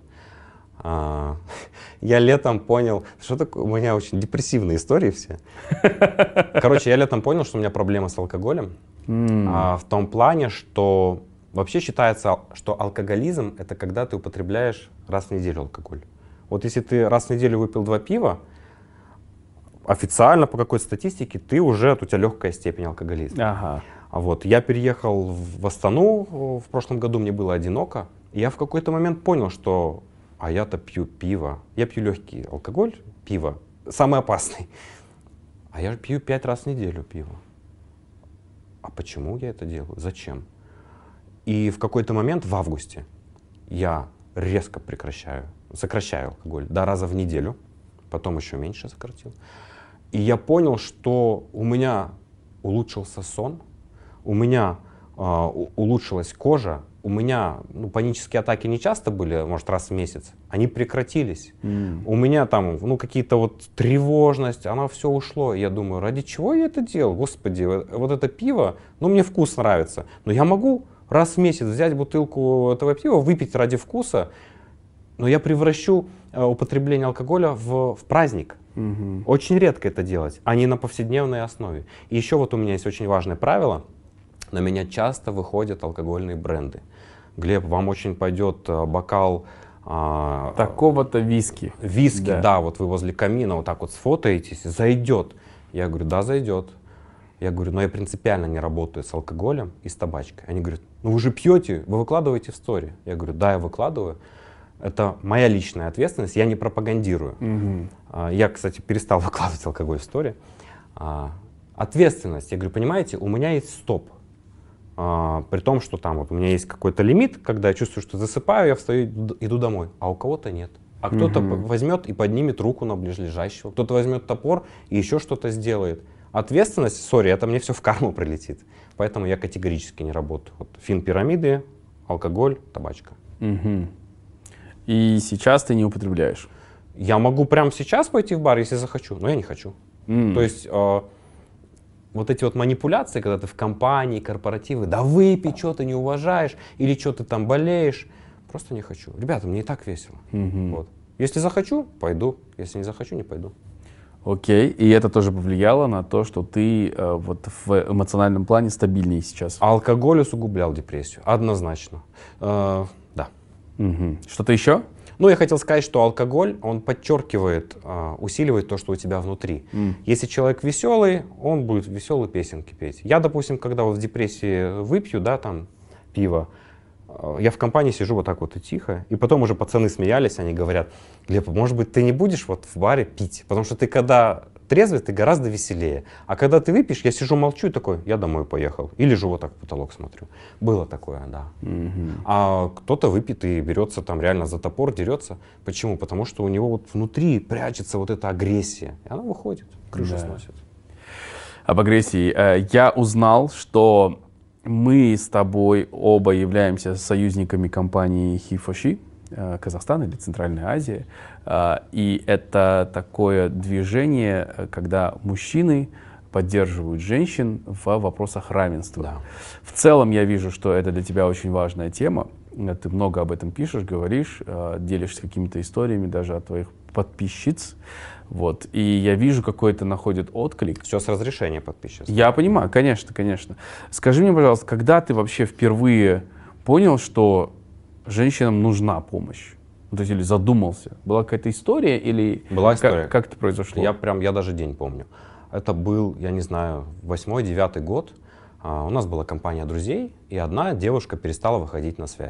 Я летом понял, что такое, у меня очень депрессивные истории все. Короче, я летом понял, что у меня проблема с алкоголем. В том плане, что вообще считается, что алкоголизм — это когда ты употребляешь раз в неделю алкоголь. Вот если ты раз в неделю выпил 2 пива, официально по какой-то статистике у тебя легкая степень алкоголизма.
Ага.
Вот. Я переехал в Астану в прошлом году, мне было одиноко. И я в какой-то момент понял, что я-то пью пиво. Я пью легкий алкоголь, пиво, самый опасный. А я пью 5 раз в неделю пиво. А почему я это делаю? Зачем? И в какой-то момент в августе я резко сокращаю алкоголь до раза в неделю, потом еще меньше сократил. И я понял, что у меня улучшился сон, у меня улучшилась кожа, у меня панические атаки не часто были, может, раз в месяц, они прекратились. У меня там какие-то вот тревожность, она все ушло. И я думаю, ради чего я это делал? Господи, вот это пиво, мне вкус нравится, но я могу раз в месяц взять бутылку этого пива, выпить ради вкуса, но я превращу употребление алкоголя в праздник. Очень редко это делать, а не на повседневной основе. И еще вот у меня есть очень важное правило. На меня часто выходят алкогольные бренды. Глеб, вам очень пойдет бокал...
Такого-то виски.
Виски, да, вот вы возле камина вот так вот сфотаетесь, зайдет. Я говорю, да, зайдет. Я говорю, но я принципиально не работаю с алкоголем и с табачкой. Они говорят, вы же пьете, вы выкладываете в стори. Я говорю, да, я выкладываю. Это моя личная ответственность, я не пропагандирую. Я, кстати, перестал выкладывать алкоголь в стори. Ответственность. Я говорю, понимаете, у меня есть стоп. При том, что там вот у меня есть какой-то лимит, когда я чувствую, что засыпаю, я встаю, иду домой. А у кого-то нет. А кто-то возьмет и поднимет руку на ближайшего. Кто-то возьмет топор и еще что-то сделает. Ответственность, это мне все в карму прилетит. Поэтому я категорически не работаю. Вот, финпирамиды, алкоголь, табачка.
И сейчас ты не употребляешь?
Я могу прямо сейчас пойти в бар, если захочу, но я не хочу. То есть вот эти вот манипуляции, когда ты в компании, корпоративы, да выпей, что ты не уважаешь, или что ты там болеешь, просто не хочу. Ребята, мне и так весело. Вот. Если захочу, пойду, если не захочу, не пойду.
Окей, и это тоже повлияло на то, что ты вот в эмоциональном плане стабильнее сейчас?
Алкоголь усугублял депрессию, однозначно. Да.
Что-то еще?
Я хотел сказать, что алкоголь, он подчеркивает, усиливает то, что у тебя внутри. Если человек веселый, он будет веселые песенки петь. Я, допустим, когда вот в депрессии выпью, да, там, пиво, я в компании сижу вот так вот и тихо, и потом уже пацаны смеялись, они говорят, Глеб, может быть, ты не будешь вот в баре пить, потому что ты когда трезвый, ты гораздо веселее. А когда ты выпьешь, я сижу, молчу и такой, я домой поехал. И лежу вот так в потолок смотрю. Было такое, да. А кто-то выпьет и берется там реально за топор, дерется. Почему? Потому что у него вот внутри прячется вот эта агрессия. И она выходит, крышу сносит.
Об агрессии. Я узнал, что мы с тобой оба являемся союзниками компании He4She, Казахстан или Центральная Азия. И это такое движение, когда мужчины поддерживают женщин в вопросах равенства.
Да.
В целом я вижу, что это для тебя очень важная тема. Ты много об этом пишешь, говоришь, делишься какими-то историями даже от твоих подписчиц. Вот. И я вижу, какой это находит отклик.
Все с разрешения подписчиц.
Я понимаю, конечно, конечно. Скажи мне, пожалуйста, когда ты вообще впервые понял, что женщинам нужна помощь? То есть, или задумался? Была какая-то история или
была история.
Как это произошло?
Я даже день помню. Это был, я не знаю, 8-9 год. У нас была компания друзей, и одна девушка перестала выходить на связь.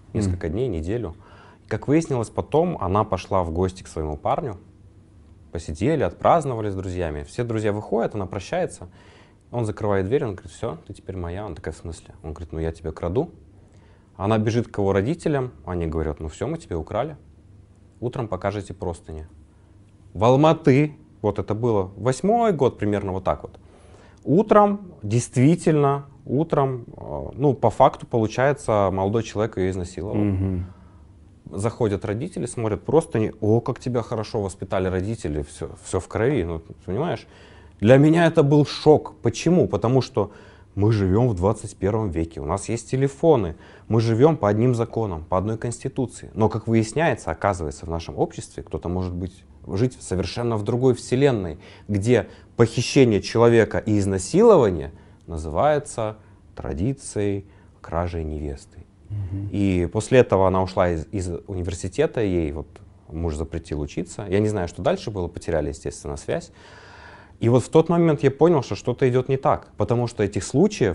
несколько дней, неделю. Как выяснилось потом, она пошла в гости к своему парню, посидели, отпраздновали с друзьями. Все друзья выходят, она прощается, он закрывает дверь, он говорит, все, ты теперь моя. Она такая, в смысле? Он говорит, ну я тебя краду. Она бежит к его родителям, они говорят, ну все, мы тебя украли. Утром покажете простыни. В Алматы, вот это было 8-й год, примерно вот так вот. Утром, действительно, утром, ну по факту получается, молодой человек ее изнасиловал. Заходят родители, смотрят простыни, о, как тебя хорошо воспитали родители, все в крови, ну, понимаешь? Для меня это был шок. Почему? Потому что мы живем в 21 веке, у нас есть телефоны, мы живем по одним законам, по одной конституции. Но, как выясняется, оказывается, в нашем обществе кто-то может жить совершенно в другой вселенной, где похищение человека и изнасилование называется традицией кражей невесты. И после этого она ушла из университета, ей вот муж запретил учиться. Я не знаю, что дальше было, потеряли, естественно, связь. И вот в тот момент я понял, что что-то идет не так, потому что этих случаев,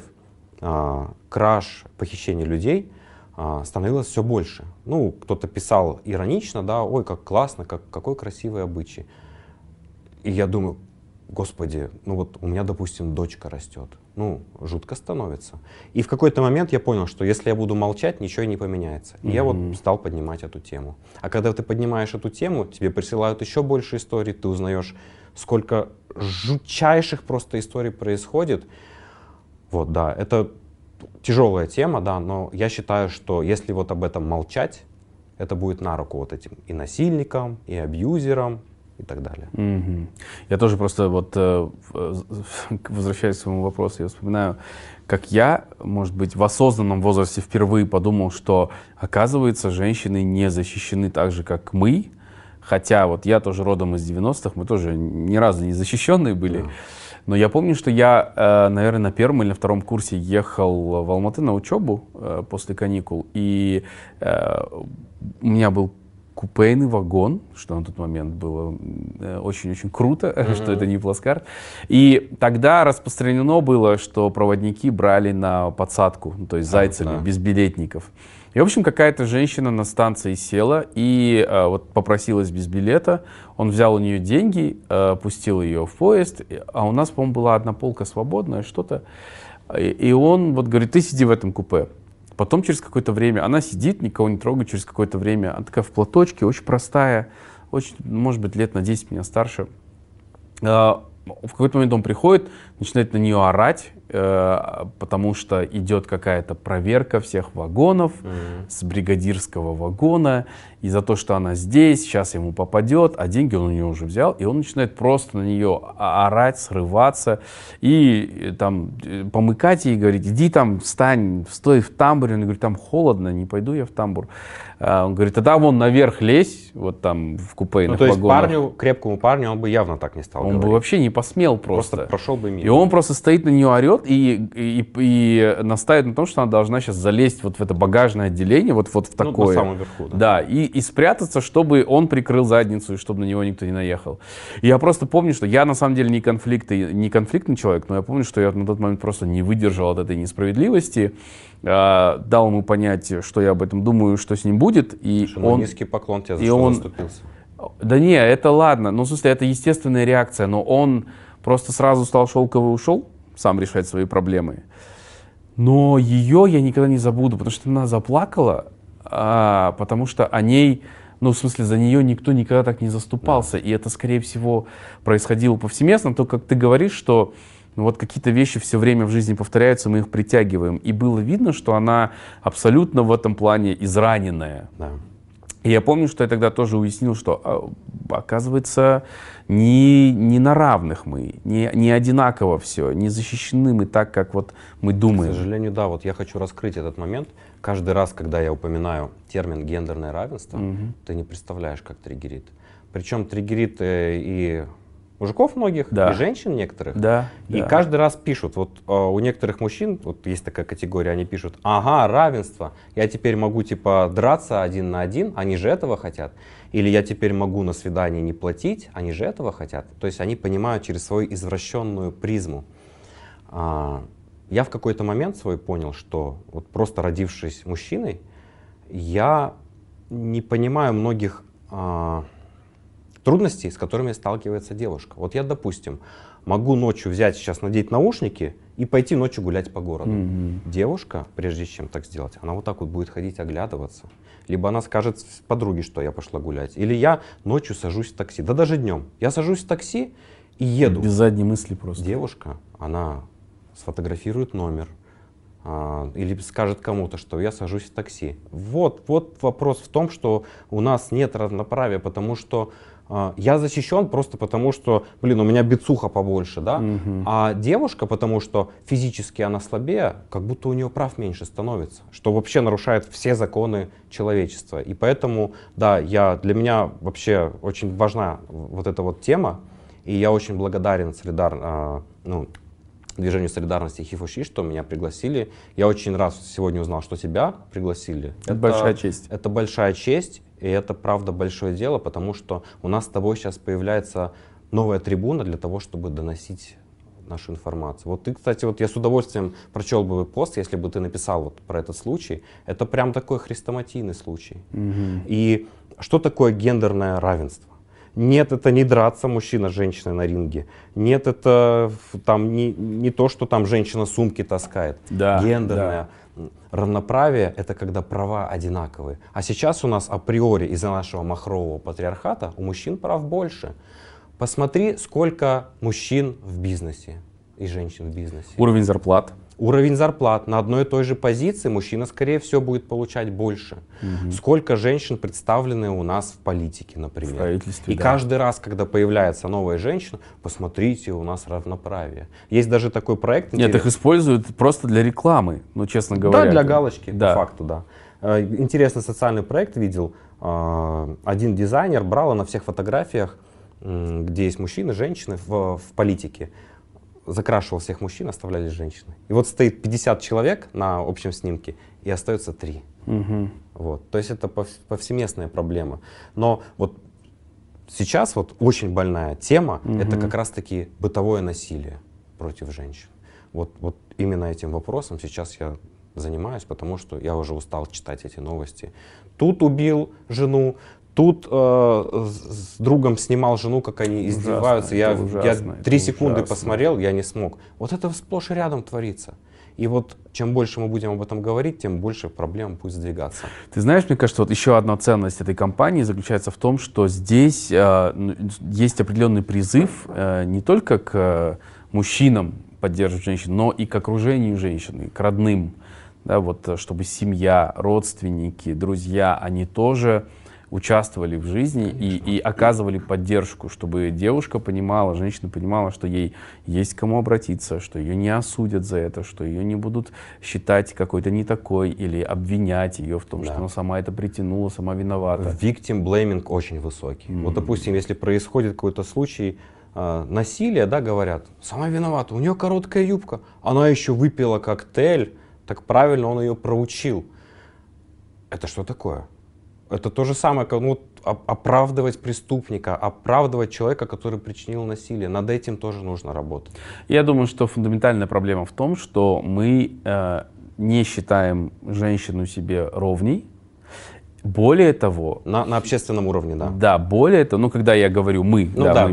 краж, похищения людей становилось все больше. Ну, кто-то писал иронично, да, ой, как классно, какой красивый обычай. И я думаю, господи, ну вот у меня, допустим, дочка растет, ну, жутко становится. И в какой-то момент я понял, что если я буду молчать, ничего и не поменяется. И я вот стал поднимать эту тему. А когда ты поднимаешь эту тему, тебе присылают еще больше историй, ты узнаешь, сколько жутчайших просто историй происходит. Вот, да, это тяжелая тема, да, но я считаю, что если вот об этом молчать, это будет на руку вот этим и насильникам, и абьюзерам, и так далее.
Я тоже просто вот, возвращаясь к своему вопросу, я вспоминаю, как я, может быть, в осознанном возрасте впервые подумал, что, оказывается, женщины не защищены так же, как мы. Хотя вот я тоже родом из 90-х, мы тоже ни разу не защищенные были. Yeah. Но я помню, что я, наверное, на первом или на втором курсе ехал в Алматы на учебу после каникул. И у меня был купейный вагон, что на тот момент было очень-очень круто, что это не плацкарт. И тогда распространено было, что проводники брали на подсадку, то есть зайцами, безбилетников. И, в общем, какая-то женщина на станции села и вот попросилась без билета. Он взял у нее деньги, пустил ее в поезд, а у нас, по-моему, была одна полка свободная, что-то. И он вот говорит, ты сиди в этом купе. Потом через какое-то время она сидит, никого не трогает, через какое-то время она такая в платочке, очень простая, очень, может быть, лет на 10 меня старше. В какой-то момент он приходит, начинает на нее орать, потому что идет какая-то проверка всех вагонов с бригадирского вагона, и за то, что она здесь, сейчас ему попадет, а деньги он у нее уже взял, и он начинает просто на нее орать, срываться, и там помыкать ей, говорить, иди там, встань, стой в тамбуре. Он говорит, там холодно, не пойду я в тамбур. Он говорит, тогда вон наверх лезь, вот там в купейных вагонах.
То есть парню, крепкому парню он бы явно так не стал
говорить. Он бы вообще не посмел просто.
Просто прошел бы мимо.
И он просто стоит на нее, орет и настаивает на том, что она должна сейчас залезть вот в это багажное отделение, вот в такое.
На самом верху, да.
Да, и спрятаться, чтобы он прикрыл задницу, и чтобы на него никто не наехал. И я просто помню, что я на самом деле не конфликтный человек, но я помню, что я на тот момент просто не выдержал от этой несправедливости, дал ему понять, что я об этом думаю, что с ним будет. И он,
низкий поклон тебе за что заступился.
Да не, это ладно, ну в смысле это естественная реакция, но он просто сразу стал шелковый и ушел, сам решать свои проблемы. Но ее я никогда не забуду, потому что она заплакала, потому что о ней, ну в смысле за нее никто никогда так не заступался. Да. И это, скорее всего, происходило повсеместно. То, как ты говоришь, что вот какие-то вещи все время в жизни повторяются, мы их притягиваем. И было видно, что она абсолютно в этом плане израненная.
Да.
И я помню, что я тогда тоже уяснил, что, оказывается, не на равных мы, не одинаково все, не защищены мы так, как вот мы думаем.
К сожалению, да, вот я хочу раскрыть этот момент. Каждый раз, когда я упоминаю термин «гендерное равенство», ты не представляешь, как триггерит. Причем триггерит и мужиков многих,
да.
и женщин некоторых.
Да,
и
да.
каждый раз пишут, вот у некоторых мужчин, вот есть такая категория, они пишут, ага, равенство, я теперь могу типа драться один на один, они же этого хотят. Или я теперь могу на свидание не платить, они же этого хотят. То есть они понимают через свою извращенную призму. Я в какой-то момент свой понял, что вот просто родившись мужчиной, Я не понимаю многих трудностей, с которыми сталкивается девушка. Вот я, допустим, могу ночью взять сейчас, надеть наушники и пойти ночью гулять по городу. Девушка, прежде чем так сделать, она вот так вот будет ходить, оглядываться. Либо она скажет подруге, что я пошла гулять. Или я ночью сажусь в такси. Да даже днем. Я сажусь в такси и еду.
Без задней мысли просто.
Девушка, она сфотографирует номер. Или скажет кому-то, что я сажусь в такси. Вот вопрос в том, что у нас нет равноправия, потому что я защищен просто потому, что, у меня бицуха побольше, да? А девушка, потому что физически она слабее, как будто у нее прав меньше становится, что вообще нарушает все законы человечества. И поэтому, да, для меня вообще очень важна вот эта вот тема, и я очень благодарен движению солидарности HeForShe, что меня пригласили. Я очень рад сегодня узнал, что тебя пригласили.
Это большая честь.
Это большая честь, и это правда большое дело, потому что у нас с тобой сейчас появляется новая трибуна для того, чтобы доносить нашу информацию. Вот ты, кстати, я с удовольствием прочел бы пост, если бы ты написал про этот случай. Это прям такой хрестоматийный случай. И что такое гендерное равенство? Нет, это не драться мужчина с женщиной на ринге. Нет, это там не то, что там женщина сумки таскает.
Да,
гендерное равноправие — это когда права одинаковые. А сейчас у нас априори из-за нашего махрового патриархата у мужчин прав больше. Посмотри, сколько мужчин в бизнесе и женщин в бизнесе.
Уровень зарплат.
Уровень зарплат. На одной и той же позиции мужчина, скорее всего, будет получать больше. Сколько женщин представлены у нас в политике, например.
В правительстве,
и каждый раз, когда появляется новая женщина, посмотрите, у нас равноправие. Есть даже такой проект.
Нет, их используют просто для рекламы, честно говоря.
Да, для галочки, по факту, да. Интересный социальный проект видел. Один дизайнер брал на всех фотографиях, где есть мужчины, женщины в политике, закрашивал всех мужчин, оставлялись женщины. И вот стоит 50 человек на общем снимке, и остается 3. Вот. То есть это повсеместная проблема. Но вот сейчас очень больная тема, это как раз-таки бытовое насилие против женщин. Вот именно этим вопросом сейчас я занимаюсь, потому что я уже устал читать эти новости. Тут убил жену, тут с другом снимал жену, как они издеваются. Я 3 секунды посмотрел, я не смог. Вот это сплошь и рядом творится. И вот чем больше мы будем об этом говорить, тем больше проблем будет сдвигаться.
Ты знаешь, мне кажется, еще одна ценность этой кампании заключается в том, что здесь есть определенный призыв не только к мужчинам поддерживать женщин, но и к окружению женщины, к родным. Да, чтобы семья, родственники, друзья, они тоже участвовали в жизни и оказывали поддержку, чтобы девушка понимала, женщина понимала, что ей есть к кому обратиться, что ее не осудят за это, что ее не будут считать какой-то не такой или обвинять ее в том, что она сама это притянула, сама виновата.
Victim blaming очень высокий. Вот, допустим, если происходит какой-то случай насилия, да, говорят, сама виновата, у нее короткая юбка, она еще выпила коктейль, так правильно он ее проучил. Это что такое? Это то же самое, как оправдывать преступника, оправдывать человека, который причинил насилие. Над этим тоже нужно работать.
Я думаю, что фундаментальная проблема в том, что мы не считаем женщину себе ровней. Более того...
На общественном уровне, да.
Да, более того, когда я говорю мы,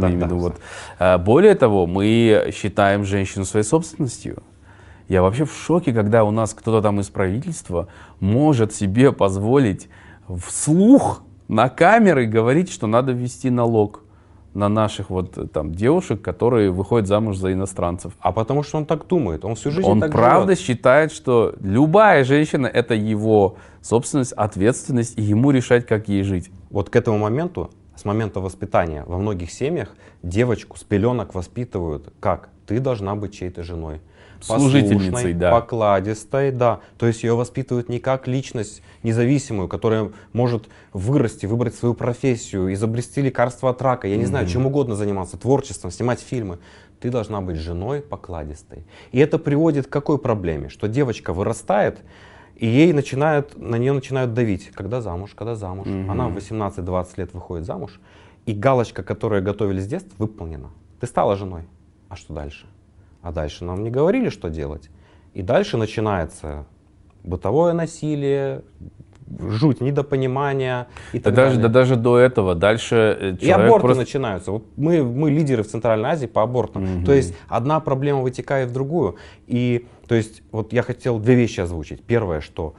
более того, мы считаем женщину своей собственностью. Я вообще в шоке, когда у нас кто-то там из правительства может себе позволить вслух на камеры говорить, что надо ввести налог на наших девушек, которые выходят замуж за иностранцев.
А потому что он так думает, он всю жизнь
он
так
правда
живет.
Считает, что любая женщина — это его собственность, ответственность, и ему решать, как ей жить.
Вот к этому моменту, с момента воспитания, во многих семьях девочку с пеленок воспитывают как? Ты должна быть чьей-то женой.
Служительницей, да.
Покладистой, да. То есть ее воспитывают не как личность независимую, которая может вырасти, выбрать свою профессию, изобрести лекарство от рака, я не знаю, чем угодно заниматься, творчеством, снимать фильмы. Ты должна быть женой покладистой. И это приводит к какой проблеме? Что девочка вырастает, и на нее начинают давить. Когда замуж, когда замуж. Она в 18-20 лет выходит замуж, и галочка, которую готовили с детства, выполнена. Ты стала женой. А что дальше? А дальше нам не говорили, что делать. И дальше начинается бытовое насилие, жуть, недопонимание и так
Да
далее.
даже до этого, дальше
И аборты
просто...
начинаются. Вот мы лидеры в Центральной Азии по абортам. То есть одна проблема вытекает в другую. И то есть вот я хотел две вещи озвучить. Первое, что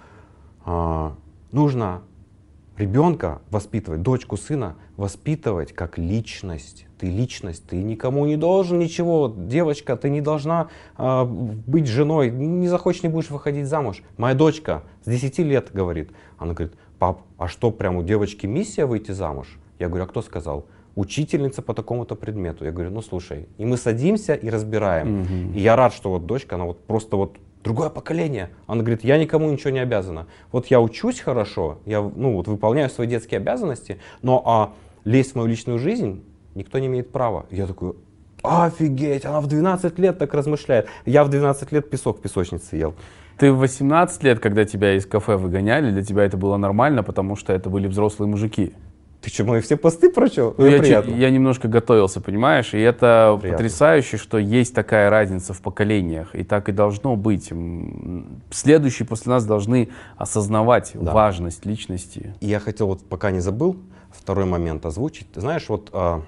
нужно ребенка воспитывать, дочку, сына воспитывать как личность. Ты личность, ты никому не должен ничего. Девочка, ты не должна быть женой. Не захочешь, не будешь выходить замуж. Моя дочка с 10 лет говорит. Она говорит: пап, а что, прям у девочки миссия выйти замуж? Я говорю: а кто сказал? Учительница по такому-то предмету. Я говорю: ну слушай. И мы садимся и разбираем. И я рад, что вот дочка, она вот просто вот другое поколение. Она говорит: я никому ничего не обязана. Вот я учусь хорошо, я вот выполняю свои детские обязанности, но лезть в мою личную жизнь никто не имеет права. Я такой: офигеть, она в 12 лет так размышляет. Я в 12 лет песок в песочнице ел.
Ты в 18 лет, когда тебя из кафе выгоняли, для тебя это было нормально, потому что это были взрослые мужики.
Ты что, мои все посты прочел?
Ну, я немножко готовился, понимаешь, и это
приятно.
Потрясающе, что есть такая разница в поколениях, и так и должно быть. Следующие после нас должны осознавать важность личности.
И я хотел, вот пока не забыл, второй момент озвучить. Ты знаешь, вот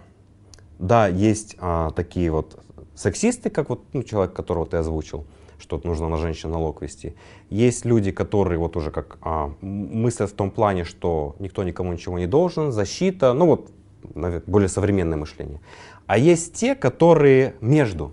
да, есть такие вот сексисты, как вот человек, которого ты озвучил, что нужно на женщин налог вести. Есть люди, которые вот уже как мыслят в том плане, что никто никому ничего не должен, защита, ну вот более современное мышление. А есть те, которые между.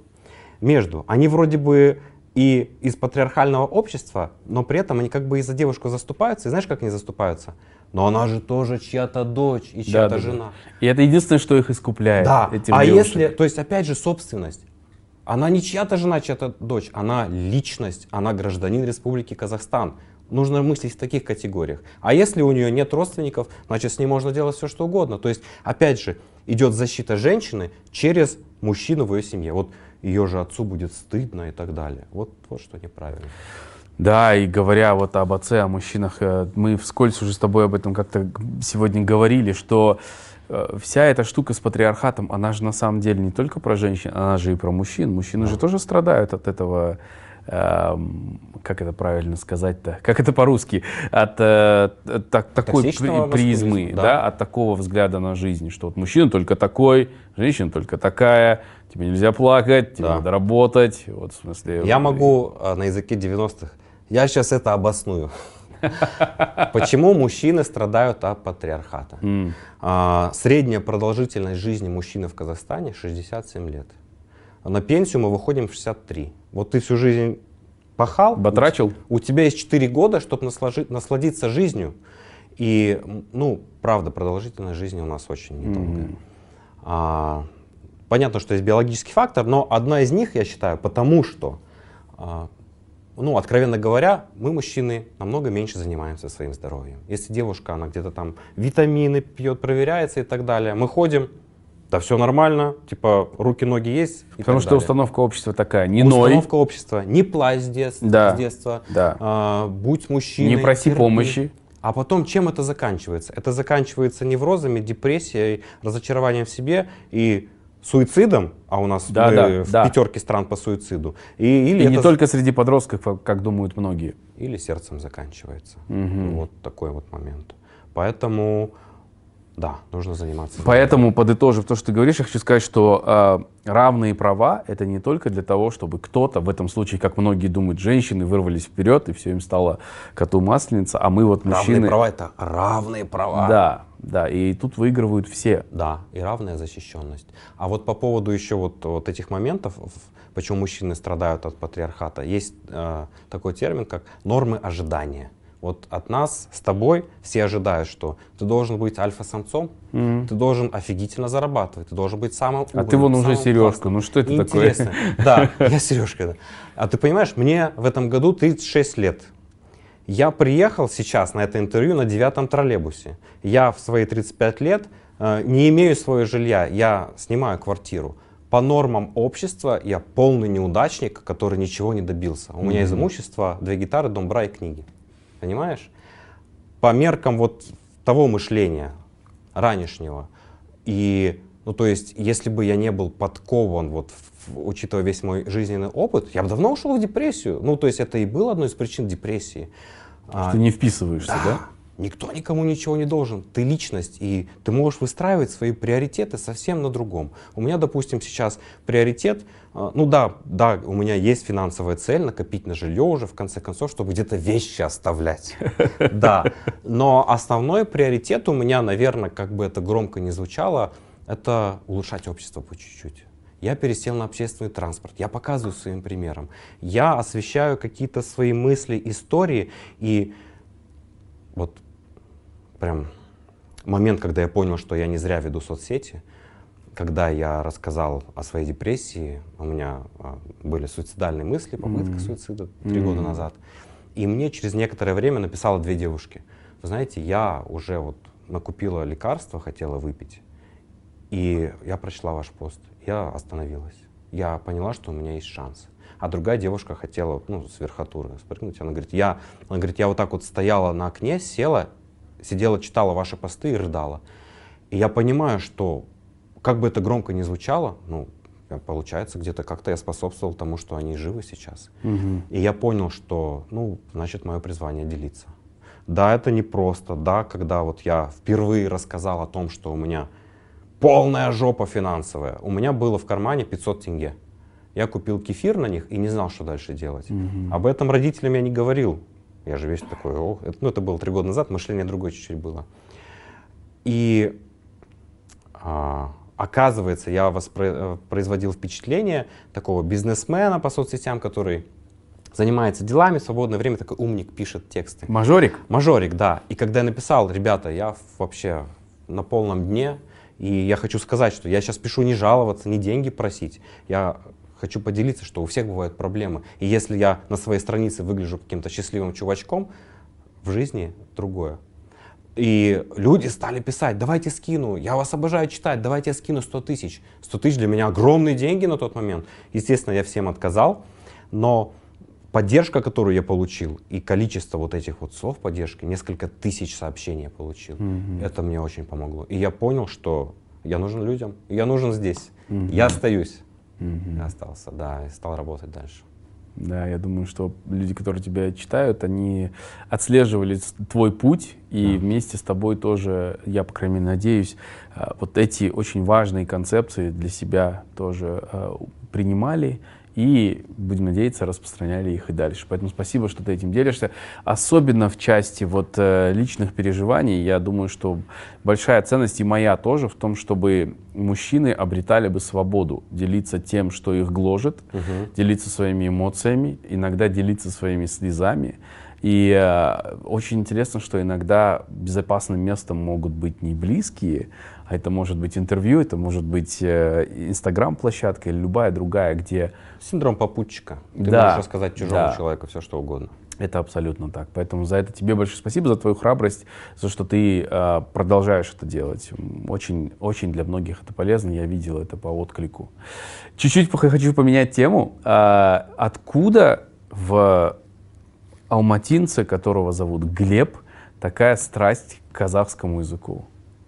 Они вроде бы и из патриархального общества, но при этом они как бы и за девушку заступаются. И знаешь, как они заступаются? Но она же тоже чья-то дочь и чья-то жена.
И это единственное, что их искупляет.
Да,
девушек.
если, то есть опять же собственность. Она не чья-то жена, чья-то дочь, она личность, она гражданин Республики Казахстан. Нужно мыслить в таких категориях. А если у нее нет родственников, значит с ней можно делать все, что угодно. То есть, опять же, идет защита женщины через мужчину в ее семье. Вот ее же отцу будет стыдно и так далее. Вот что неправильно.
Да, и говоря вот об отце, о мужчинах, мы вскользь уже с тобой об этом как-то сегодня говорили, что вся эта штука с патриархатом, она же на самом деле не только про женщин, она же и про мужчин. Мужчины же тоже страдают от этого, как это правильно сказать-то, как это по-русски, от такой призмы, да, от такого взгляда на жизнь, что вот мужчина только такой, женщина только такая, тебе нельзя плакать, тебе надо работать. Вот, в смысле,
я могу на языке 90-х, я сейчас это обосную. Почему мужчины страдают от патриархата? Средняя продолжительность жизни мужчины в Казахстане 67 лет. На пенсию мы выходим в 63. Вот ты всю жизнь пахал,
батрачил.
У тебя есть 4 года, чтобы насладиться жизнью. И, правда, продолжительность жизни у нас очень недолгая. Понятно, что есть биологический фактор, но одна из них, я считаю, потому что откровенно говоря, мы, мужчины, намного меньше занимаемся своим здоровьем. Если девушка, она где-то там витамины пьет, проверяется и так далее, мы ходим, да все нормально, типа руки, ноги есть.
Потому что установка общества такая, не
ной. Установка общества, не плачь с детства, будь мужчиной.
Не проси помощи.
А потом чем это заканчивается? Это заканчивается неврозами, депрессией, разочарованием в себе и суицидом, а у нас в пятерке стран по суициду. И
не только среди подростков, как думают многие.
Или сердцем заканчивается. Вот такой вот момент. Поэтому, да, нужно заниматься.
Поэтому, подытожив то, что ты говоришь, я хочу сказать, что равные права — это не только для того, чтобы кто-то, в этом случае, как многие думают, женщины вырвались вперед, и все им стало коту масленица, а мы вот мужчины...
Равные права — это равные права.
Да, и тут выигрывают все.
Да, и равная защищенность. А вот по поводу еще вот этих моментов, почему мужчины страдают от патриархата, есть такой термин, как нормы ожидания. Вот от нас с тобой все ожидают, что ты должен быть альфа-самцом, ты должен офигительно зарабатывать, ты должен быть самым умным.
А ты вон уже Сережка, ну что это
интересно.
Такое?
Да, я Сережка. Да. А ты понимаешь, мне в этом году 36 лет. Я приехал сейчас на это интервью на 9-м троллейбусе. Я в свои 35 лет не имею своего жилья, я снимаю квартиру. По нормам общества я полный неудачник, который ничего не добился. У меня из имущества 2 гитары, домбра и книги. Понимаешь? По меркам вот того мышления ранешнего. И, то есть, если бы я не был подкован, учитывая весь мой жизненный опыт, я бы давно ушел в депрессию. То есть, это и было одной из причин депрессии.
Ты не вписываешься, да?
Никто никому ничего не должен. Ты личность, и ты можешь выстраивать свои приоритеты совсем на другом. У меня, допустим, сейчас приоритет, ну да, у меня есть финансовая цель, накопить на жилье уже, в конце концов, чтобы где-то вещи оставлять. Да, но основной приоритет у меня, наверное, как бы это громко не звучало, это улучшать общество по чуть-чуть. Я пересел на общественный транспорт, я показываю своим примером, я освещаю какие-то свои мысли, истории, и вот прям момент, когда я понял, что я не зря веду соцсети, когда я рассказал о своей депрессии, у меня были суицидальные мысли, попытка суицида 3 года назад, и мне через некоторое время написало 2 девушки. Вы знаете, я уже вот накупила лекарства, хотела выпить, и я прочла ваш пост, я остановилась, я поняла, что у меня есть шанс. А другая девушка хотела, ну, с верхотуры спрыгнуть. Она говорит, я вот так вот стояла на окне, сидела, читала ваши посты и рыдала. И я понимаю, что, как бы это громко ни звучало, ну, получается, где-то как-то я способствовал тому, что они живы сейчас. И я понял, что, ну, значит, мое призвание делиться. Да, это непросто, да, когда вот я впервые рассказал о том, что у меня полная жопа финансовая, у меня было в кармане 500 тенге. Я купил кефир на них и не знал, что дальше делать. Об этом родителям я не говорил. Я же весь такой, это было 3 года назад, мышление другое чуть-чуть было. И оказывается, я производил впечатление такого бизнесмена по соцсетям, который занимается делами, в свободное время такой умник, пишет тексты.
Мажорик?
Мажорик, да. И когда я написал, ребята, я вообще на полном дне, и я хочу сказать, что я сейчас пишу не жаловаться, не деньги просить. Я хочу поделиться, что у всех бывают проблемы. И если я на своей странице выгляжу каким-то счастливым чувачком, в жизни другое. И люди стали писать, давайте скину, я вас обожаю читать, давайте я скину 100 тысяч. 100 тысяч для меня огромные деньги на тот момент. Естественно, я всем отказал, но поддержка, которую я получил, и количество вот этих вот слов поддержки, несколько тысяч сообщений я получил, это мне очень помогло. И я понял, что я нужен людям, я нужен здесь, я остаюсь. Я остался, да, и стал работать дальше.
Да, я думаю, что люди, которые тебя читают, они отслеживали твой путь, и вместе с тобой тоже, я, по крайней мере, надеюсь, вот эти очень важные концепции для себя тоже принимали и, будем надеяться, распространяли их и дальше. Поэтому спасибо, что ты этим делишься. Особенно в части вот личных переживаний, я думаю, что большая ценность, и моя тоже, в том, чтобы мужчины обретали бы свободу делиться тем, что их гложет, делиться своими эмоциями, иногда делиться своими слезами. И очень интересно, что иногда безопасным местом могут быть не близкие, а это может быть интервью, это может быть инстаграм-площадка или любая другая, где...
Синдром попутчика. Ты
Да,
можешь рассказать чужому
да.
человеку все, что угодно.
Это абсолютно так. Поэтому за это тебе большое спасибо, за твою храбрость, за что ты продолжаешь это делать. Очень, очень для многих это полезно, я видел это по отклику. Чуть-чуть хочу поменять тему. Откуда в алматинце, которого зовут Глеб, такая страсть к казахскому языку?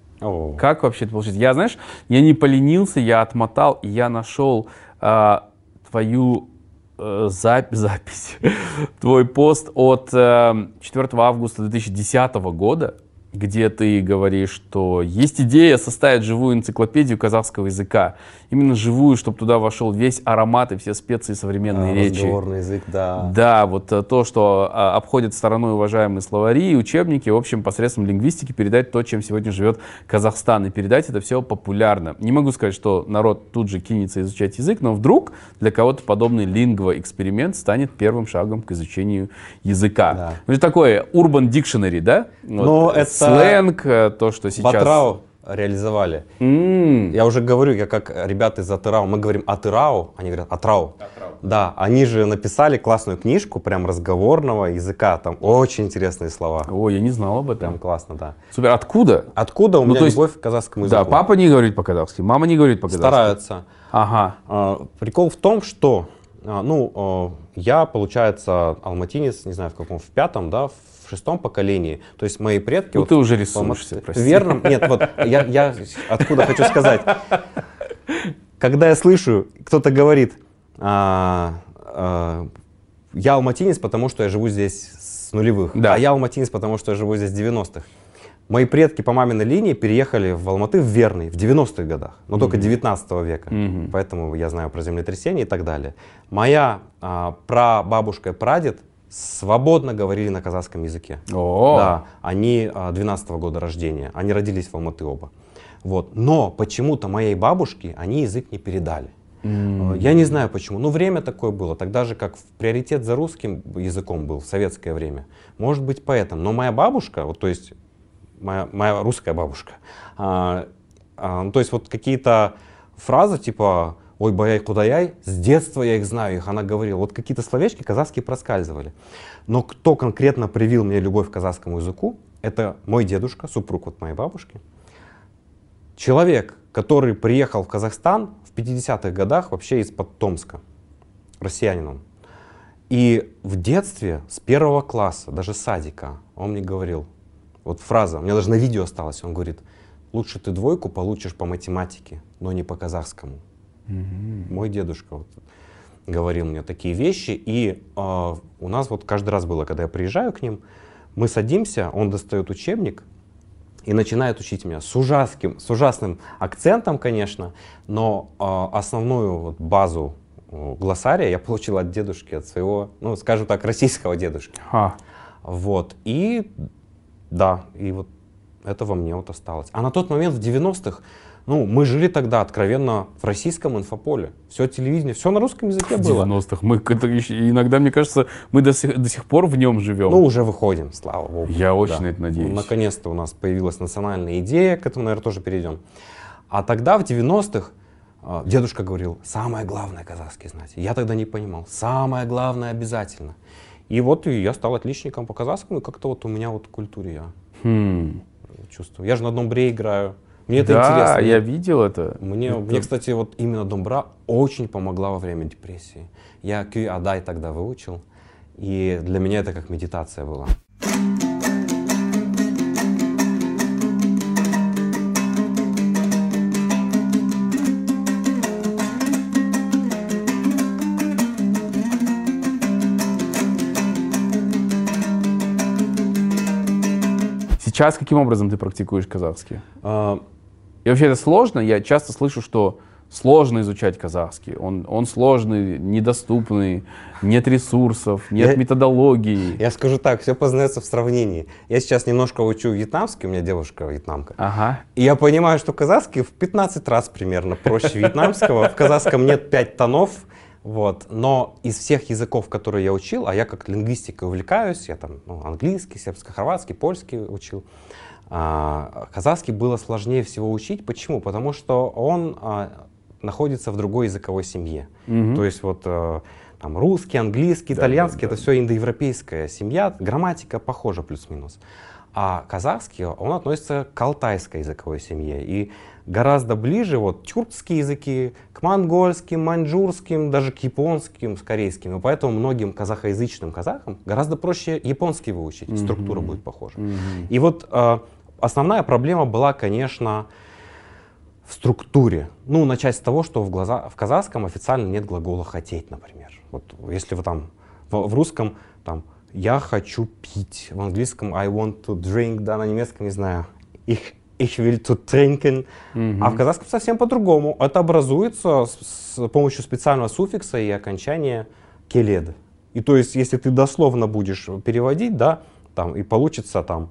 Как вообще это получилось? Я, знаешь, я не поленился, я отмотал, и я нашел твою запись, твой пост от 4 августа 2010 года, где ты говоришь, что есть идея составить живую энциклопедию казахского языка. Именно живую, чтобы туда вошел весь аромат и все специи современной речи.
Разговорный язык, да.
Да, вот то, что обходит стороной уважаемые словари и учебники, в общем, посредством лингвистики передать то, чем сегодня живет Казахстан, и передать это все популярно. Не могу сказать, что народ тут же кинется изучать язык, но вдруг для кого-то подобный лингво-эксперимент станет первым шагом к изучению языка.
Да.
Ну, это такое urban dictionary, да?
Но
вот,
это
сленг, то, что сейчас...
Батрау реализовали. Я уже говорю, я как ребята из Атырау, мы говорим Атырау, они говорят Атрау. Да, они же написали классную книжку, прям разговорного языка, там очень интересные слова.
О, я не знал об этом.
Прям классно, да.
Супер, откуда?
Откуда у меня
то есть,
любовь к казахскому языку?
Да, папа не говорит по-казахски, мама не говорит по-казахски.
Стараются.
Ага.
Прикол в том, что, я, получается, алматинец, не знаю в каком, в 5-м, да, в 6-м поколении. То есть мои предки...
Ну, вот, ты уже рисуешься,
прости. В верном... Нет, вот я откуда хочу сказать. Когда я слышу, кто-то говорит, я алматинец, потому что я живу здесь нулевых.
Да.
А я алматинец, потому что я живу здесь с 90-х. Мои предки по маминой линии переехали в Алматы, в Верный, в 90-х годах, но только 19 века. Поэтому я знаю про землетрясения и так далее. Моя прабабушка и прадед свободно говорили на казахском языке. Да, они 12-го года рождения, они родились в Алматы оба. Вот. Но почему-то моей бабушке они язык не передали. Я не знаю почему, но время такое было, тогда же как приоритет за русским языком был в советское время. Может быть поэтому. Но моя бабушка, вот, то есть моя русская бабушка, то есть вот какие-то фразы типа «Ой, баяй, кудаяй», с детства я их знаю, их она говорила. Вот какие-то словечки казахские проскальзывали. Но кто конкретно привил мне любовь к казахскому языку, это мой дедушка, супруг вот моей бабушки. Человек, который приехал в Казахстан в 50-х годах вообще из-под Томска, россиянин он. И в детстве с 1 класса, даже садика, он мне говорил, вот фраза, у меня даже на видео осталось, он говорит: лучше ты 2 получишь по математике, но не по казахскому. Мой дедушка вот говорил мне такие вещи, и у нас вот каждый раз было, когда я приезжаю к ним, мы садимся, он достает учебник и начинает учить меня с ужасным акцентом, конечно, но основную вот базу глоссария я получил от дедушки, от своего, ну, скажем так, российского дедушки. Вот, и да, и вот это во мне вот осталось. А на тот момент в 90-х, ну, мы жили тогда откровенно в российском инфополе. Все телевидение, все на русском языке было.
В 90-х. Иногда, мне кажется, мы до сих пор в нем живем.
Ну, уже выходим, слава богу.
Я очень на это надеюсь.
Наконец-то у нас появилась национальная идея, к этому, наверное, тоже перейдем. А тогда, в 90-х, дедушка говорил: самое главное казахский знать. Я тогда не понимал. Самое главное обязательно. И вот и я стал отличником по казахскому, и как-то вот у меня вот в культуре я чувствую. Я же на домбре играю. Мне это интересно.
Да, я видел это.
Мне, кстати, вот именно домбра очень помогла во время депрессии. Я күй адай тогда выучил, и для меня это как медитация была.
Сейчас каким образом ты практикуешь казахский? И вообще это сложно? Я часто слышу, что сложно изучать казахский. Он сложный, недоступный, нет ресурсов, нет методологии.
Я скажу так, все познается в сравнении. Я сейчас немножко учу вьетнамский, у меня девушка вьетнамка. И я понимаю, что казахский в 15 раз примерно проще вьетнамского. В казахском нет 5 тонов. Вот. Но из всех языков, которые я учил, а я как лингвистикой увлекаюсь, я там английский, сербско-хорватский, польский учил, казахский было сложнее всего учить. Почему? Потому что он находится в другой языковой семье. То есть вот там русский, английский, итальянский, это все индоевропейская семья, грамматика похожа плюс-минус. А казахский, он относится к алтайской языковой семье. И гораздо ближе вот тюркские языки к монгольским, маньчжурским, даже к японским, с корейским. И поэтому многим казахоязычным казахам гораздо проще японский выучить, структура будет похожа. И вот основная проблема была, конечно, в структуре. Ну, начать с того, что в казахском официально нет глагола «хотеть», например. Вот если вы там в русском там «я хочу пить», в английском «I want to drink», да, на немецком, не знаю, «ich will to trinken», а в казахском совсем по-другому. Это образуется с помощью специального суффикса и окончания «келед». И то есть, если ты дословно будешь переводить, да, там, и получится там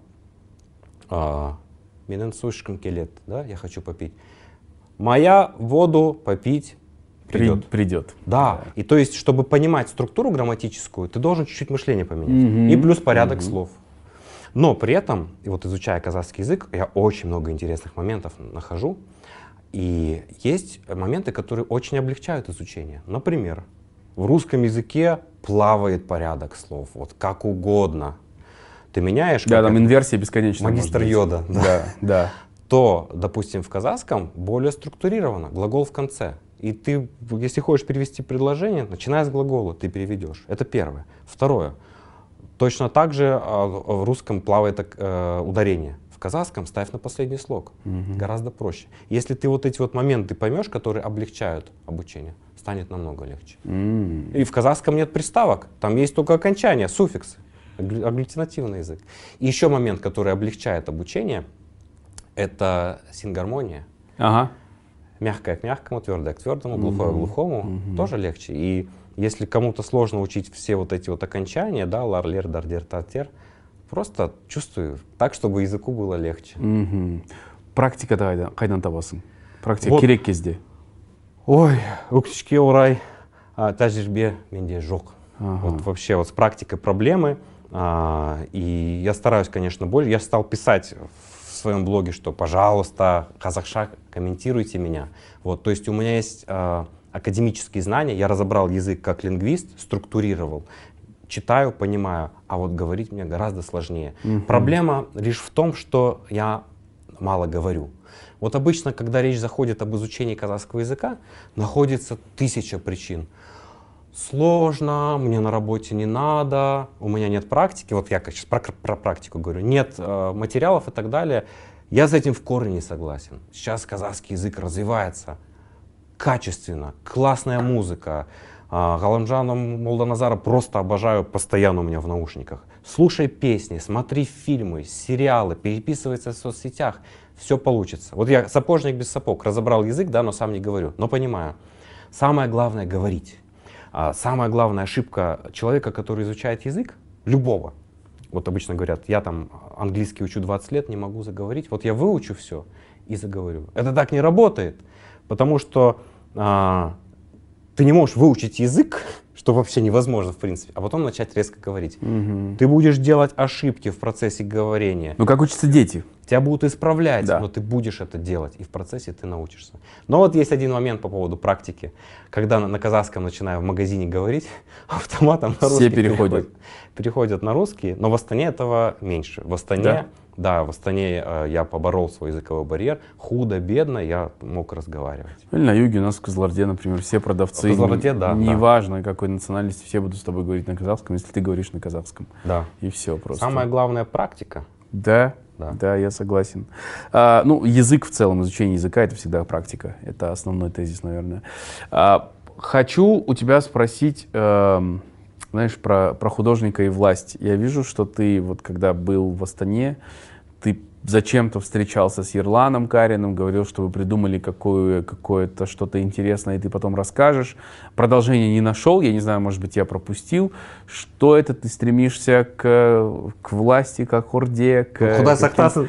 «менен сушкам келед», да, «я хочу попить». «Моя воду попить придет». Да. И то есть, чтобы понимать структуру грамматическую, ты должен чуть-чуть мышление поменять. И плюс порядок слов. Но при этом, и вот изучая казахский язык, я очень много интересных моментов нахожу. И есть моменты, которые очень облегчают изучение. Например, в русском языке плавает порядок слов, вот как угодно. Ты меняешь...
Да, там инверсия бесконечная.
Магистр Йода.
Да.
То, допустим, в казахском более структурировано, глагол в конце. И ты, если хочешь перевести предложение, начиная с глагола, ты переведешь. Это первое. Второе. Точно так же в русском плавает ударение. В казахском ставь на последний слог. Гораздо проще. Если ты вот эти вот моменты поймешь, которые облегчают обучение, станет намного легче. И в казахском нет приставок. Там есть только окончания, суффиксы. Агглютинативный язык. И еще момент, который облегчает обучение, это сингармония.
Ага.
Мягкое к мягкому, твердое к твердому, глухое к глухому, тоже легче. И если кому-то сложно учить все вот эти вот окончания, да, лар, лер, дар, дер, тар, тер, просто чувствую так, чтобы языку было легче.
Практикада қайдан табасың? Практика керек кезде.
Ой, өкінішке орай, тәжірибе менде жоқ. Вот вообще вот с практикой проблемы. И я стараюсь, конечно, больше. Я стал писать в своем блоге, что, пожалуйста, казахша, комментируйте меня. Вот, то есть у меня есть академические знания, я разобрал язык как лингвист, структурировал, читаю, понимаю, а вот говорить мне гораздо сложнее. Проблема лишь в том, что я мало говорю. Вот обычно, когда речь заходит об изучении казахского языка, находится 1000 причин. Сложно, мне на работе не надо, у меня нет практики, вот я сейчас про практику говорю, нет материалов и так далее. Я с этим в корне не согласен. Сейчас казахский язык развивается качественно, классная музыка. Галамжана Молданазара просто обожаю, постоянно у меня в наушниках. Слушай песни, смотри фильмы, сериалы, переписывайся в соцсетях, все получится. Вот я сапожник без сапог, разобрал язык, да, но сам не говорю, но понимаю. Самое главное — говорить. Самая главная ошибка человека, который изучает язык, любого. Вот обычно говорят, я там английский учу 20 лет, не могу заговорить. Вот я выучу все и заговорю. Это так не работает, потому что ты не можешь выучить язык, что вообще невозможно в принципе, а потом начать резко говорить. Ты будешь делать ошибки в процессе говорения.
Ну как учатся дети?
Тебя будут исправлять,
да.
Но ты будешь это делать, и в процессе ты научишься. Но вот есть один момент по поводу практики. Когда на казахском начинаю в магазине говорить, автоматом на русский переходят на русский, но в Астане этого меньше. В Астане, да, в Астане я поборол свой языковой барьер. Худо-бедно я мог разговаривать.
Или на юге у нас в Кызылорде, например, все продавцы, неважно какой национальности, все будут с тобой говорить на казахском, если ты говоришь на казахском.
Да.
И все просто.
Самая главная практика.
Да. Да, я согласен. Ну, язык в целом, изучение языка — это всегда практика. Это основной тезис, наверное. Хочу у тебя спросить, знаешь, про художника и власть. Я вижу, что ты, вот когда был в Астане, ты зачем-то встречался с Ерланом Кариным, говорил, что вы придумали какое-то что-то интересное, и ты потом расскажешь. Продолжение не нашел, я не знаю, может быть, я пропустил. Что это ты стремишься к власти, к Орде?
Куда сахтасы?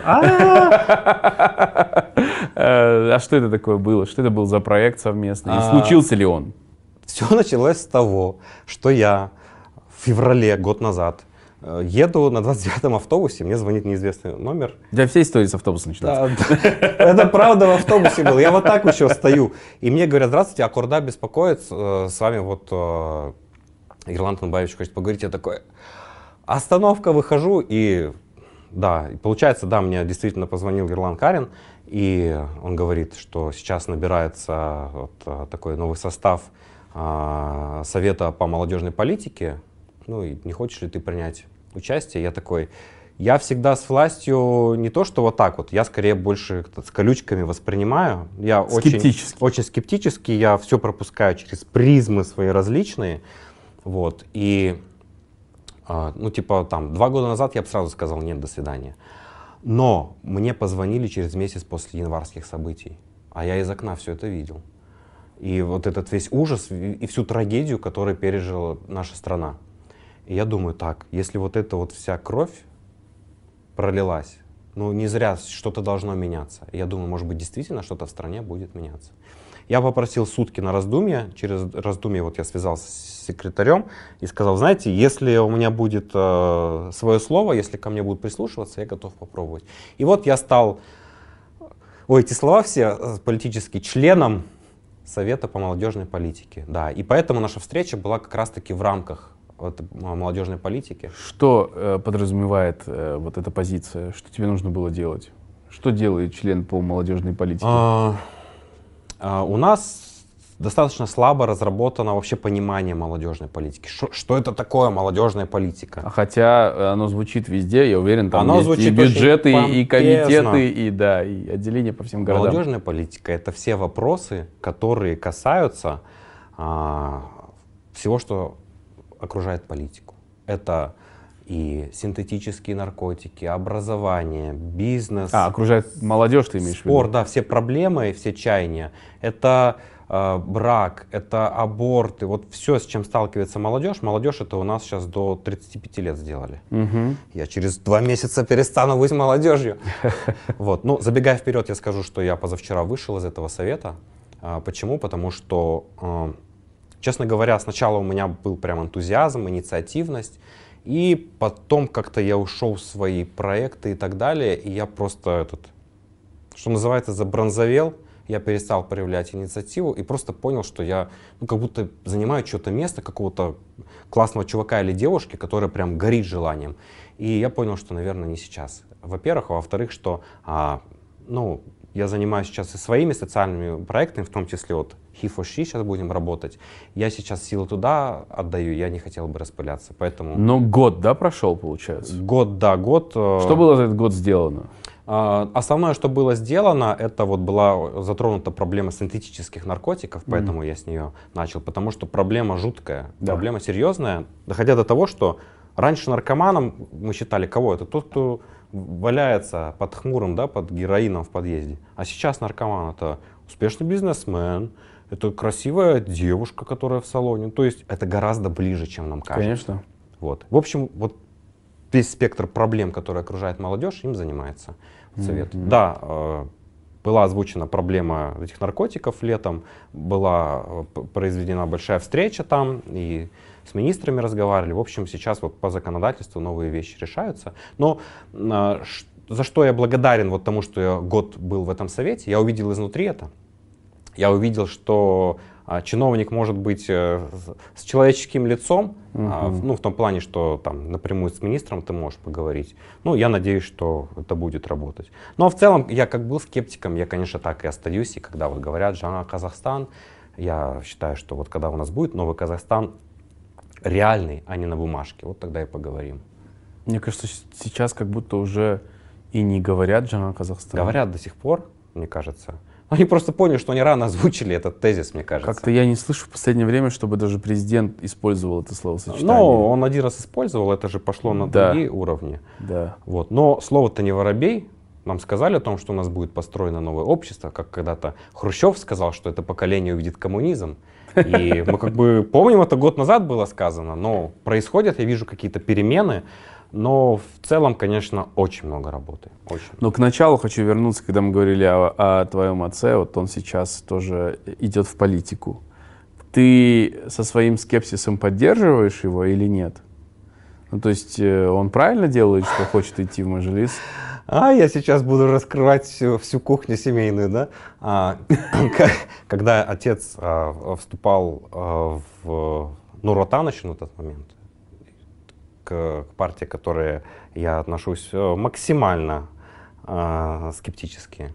А что это такое было? Что это был за проект совместный? И случился ли он?
Все началось с того, что я в феврале, год назад, еду на 29-м автобусе, мне звонит неизвестный номер.
У тебя все истории с автобуса начинаются?
Да, это правда в автобусе было. Я вот так еще стою. И мне говорят: здравствуйте, Акорда беспокоит, с вами вот Ерлан Танбаевич хочет поговорить. Я такой: остановка, выхожу. И да, получается, да, мне действительно позвонил Ерлан Карин. И он говорит, что сейчас набирается вот такой новый состав Совета по молодежной политике. Ну и не хочешь ли ты принять участие? Я такой: я всегда с властью не то, что вот так вот, я скорее больше с колючками воспринимаю. Я очень скептически, я все пропускаю через призмы свои различные. Вот. И, ну типа там 2 года назад я бы сразу сказал: нет, до свидания. Но мне позвонили через месяц после январских событий, а я из окна все это видел. И вот этот весь ужас и всю трагедию, которую пережила наша страна. И я думаю: так, если вот эта вот вся кровь пролилась, ну не зря что-то должно меняться. И я думаю, может быть, действительно что-то в стране будет меняться. Я попросил сутки на раздумье. Через раздумье вот я связался с секретарем и сказал: знаете, если у меня будет свое слово, если ко мне будут прислушиваться, я готов попробовать. И вот я стал, эти слова все политические, членом Совета по молодежной политике. Да, и поэтому наша встреча была как раз-таки в рамках молодежной политики.
Что подразумевает вот эта позиция? Что тебе нужно было делать? Что делает член по молодежной политике?
У нас достаточно слабо разработано вообще понимание молодежной политики. Что это такое молодежная политика?
Хотя оно звучит везде, я уверен, там
оно
есть и бюджеты, и комитеты, и отделения по всем городам.
Молодежная политика — это все вопросы, которые касаются всего, что окружает политику. Это и синтетические наркотики, образование, бизнес.
Окружает молодежь, ты имеешь в виду?
Спор, да, все проблемы, все чаяния. Это брак, это аборты, вот все, с чем сталкивается молодежь. Молодежь это у нас сейчас до 35 лет сделали. Я через 2 месяца перестану быть молодежью. Вот. Ну, забегая вперед, я скажу, что я позавчера вышел из этого совета. Почему? Потому что, честно говоря, сначала у меня был прям энтузиазм, инициативность, и потом как-то я ушел в свои проекты и так далее, и я просто, что называется, забронзовел. Я перестал проявлять инициативу и просто понял, что я как будто занимаю что-то место какого-то классного чувака или девушки, которая прям горит желанием. И я понял, что, наверное, не сейчас. Во-первых, а во-вторых, что я занимаюсь сейчас и своими социальными проектами, в том числе вот He for She сейчас будем работать. Я сейчас силы туда отдаю, я не хотел бы распыляться, поэтому...
Но год, да, прошел, получается?
Год.
Что было за этот год сделано?
Основное, что было сделано, это вот была затронута проблема синтетических наркотиков, поэтому я с нее начал, потому что проблема жуткая, проблема серьезная, доходя до того, что раньше наркоманом мы считали кого? Это тот, кто валяется под хмурым, да, под героином в подъезде. А сейчас наркоман это успешный бизнесмен, это красивая девушка, которая в салоне. То есть это гораздо ближе, чем нам кажется.
Конечно.
Вот. В общем, вот весь спектр проблем, которые окружает молодежь, им занимается совет. Да, была озвучена проблема этих наркотиков летом, была произведена большая встреча там, и с министрами разговаривали. В общем, сейчас вот по законодательству новые вещи решаются. Но за что я благодарен вот тому, что я год был в этом совете, я увидел изнутри это. Я увидел, что чиновник может быть с человеческим лицом, в том плане, что там напрямую с министром ты можешь поговорить. Ну, я надеюсь, что это будет работать. Но в целом, я как был скептиком, я, конечно, так и остаюсь. И когда вот говорят «Жаңа Казахстан», я считаю, что вот когда у нас будет новый Казахстан, реальный, а не на бумажке, вот тогда и поговорим.
Мне кажется, сейчас как будто уже и не говорят «Жаңа Казахстан».
Говорят до сих пор, мне кажется. Они просто поняли, что они рано озвучили этот тезис, мне кажется.
Как-то я не слышу в последнее время, чтобы даже президент использовал это словосочетание.
Ну, он один раз использовал, это же пошло на другие уровни.
Да.
Вот. Но слово-то не воробей. Нам сказали о том, что у нас будет построено новое общество, как когда-то Хрущев сказал, что это поколение увидит коммунизм. И мы как бы помним, это год назад было сказано, но происходят, я вижу какие-то перемены. Но в целом, конечно, очень много работы. Очень.
Но к началу хочу вернуться, когда мы говорили о твоем отце. Вот он сейчас тоже идет в политику. Ты со своим скепсисом поддерживаешь его или нет? Ну, то есть он правильно делает, что хочет идти в маджлис?
Я сейчас буду раскрывать всю кухню семейную, да? Когда отец вступал в Нур-Отан еще на тот момент, к партии, к которой я отношусь максимально скептически.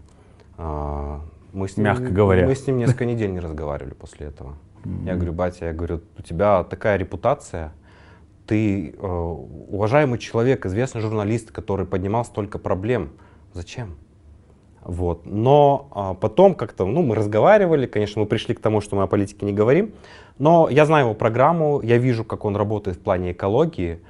Мягко говоря.
Мы с ним несколько недель не разговаривали после этого. Я говорю: батя, у тебя такая репутация, ты уважаемый человек, известный журналист, который поднимал столько проблем. Зачем? Вот. Но потом как-то, мы разговаривали, конечно, мы пришли к тому, что мы о политике не говорим, но я знаю его программу, я вижу, как он работает в плане экологии,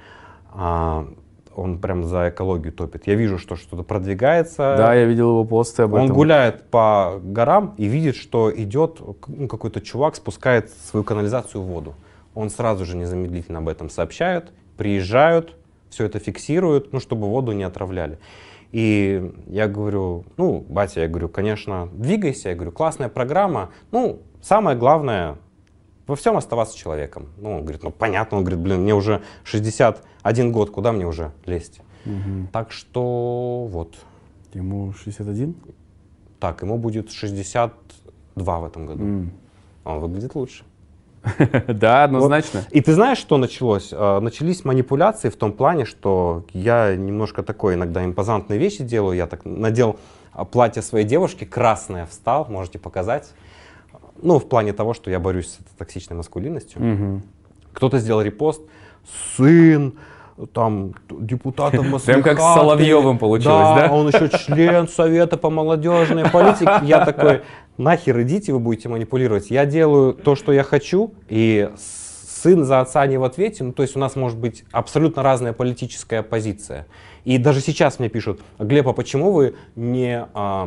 он прям за экологию топит. Я вижу, что что-то продвигается.
Да, я видел его посты об этом.
Он гуляет по горам и видит, что идет какой-то чувак, спускает свою канализацию в воду. Он сразу же незамедлительно об этом сообщает, приезжают, все это фиксируют, чтобы воду не отравляли. И я говорю: батя, конечно, двигайся, я говорю, классная программа, самое главное во всем оставаться человеком. Он говорит: понятно, он говорит: мне уже 61 год, куда мне уже лезть? Так что вот.
Ему 61?
Так, ему будет 62 в этом году. Он выглядит лучше.
Да, однозначно.
И ты знаешь, что началось? Начались манипуляции в том плане, что я немножко такой иногда импозантные вещи делаю. Я так надел платье своей девушки, красное, встал, можете показать. В плане того, что я борюсь с токсичной маскулинностью. Кто-то сделал репост: сын, там, депутата Маслихата.
Прям как с Соловьевым получилось, да?
Он еще член Совета по молодежной политике. Я такой: нахер идите, вы будете манипулировать. Я делаю то, что я хочу, и сын за отца не в ответе, ну, то есть у нас может быть абсолютно разная политическая позиция. И даже сейчас мне пишут: Глеб, а почему вы не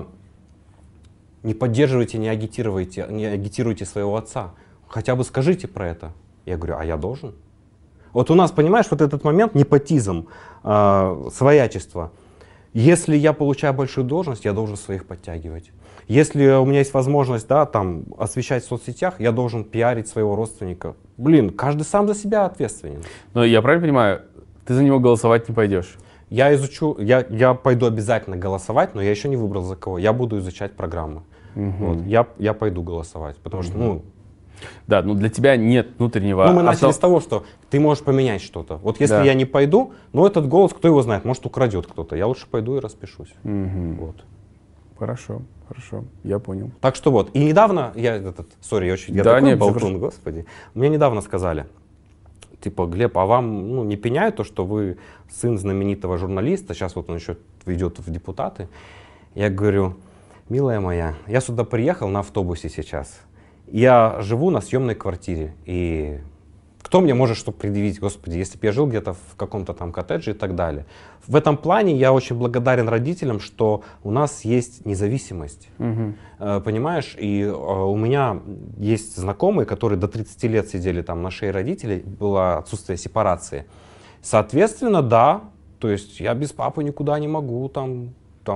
поддерживаете, не агитируете своего отца? Хотя бы скажите про это. Я говорю: а я должен? Вот у нас, понимаешь, вот этот момент, непотизм, своячество. Если я получаю большую должность, я должен своих подтягивать. Если у меня есть возможность, да, там, освещать в соцсетях, я должен пиарить своего родственника. Блин, каждый сам за себя ответственен.
Но я правильно понимаю, ты за него голосовать не пойдешь?
Я изучу, я пойду обязательно голосовать, но я еще не выбрал за кого. Я буду изучать программы. Вот, я пойду голосовать, потому что, ну...
Да, ну для тебя нет внутреннего...
Ну, мы начали с того, что ты можешь поменять что-то. Вот если я не пойду, ну этот голос, кто его знает, может украдет кто-то. Я лучше пойду и распишусь. Вот.
Хорошо, хорошо, я понял.
Так что вот, и недавно, я такой болтун, господи. Мне недавно сказали, типа: Глеб, а вам не пеняют то, что вы сын знаменитого журналиста, сейчас вот он еще идет в депутаты? Я говорю: милая моя, я сюда приехал на автобусе сейчас. Я живу на съемной квартире, и кто мне может что предъявить, господи, если бы я жил где-то в каком-то там коттедже и так далее. В этом плане я очень благодарен родителям, что у нас есть независимость, понимаешь, и у меня есть знакомые, которые до 30 лет сидели там на шее родителей, было отсутствие сепарации. Соответственно, да, то есть я без папы никуда не могу, там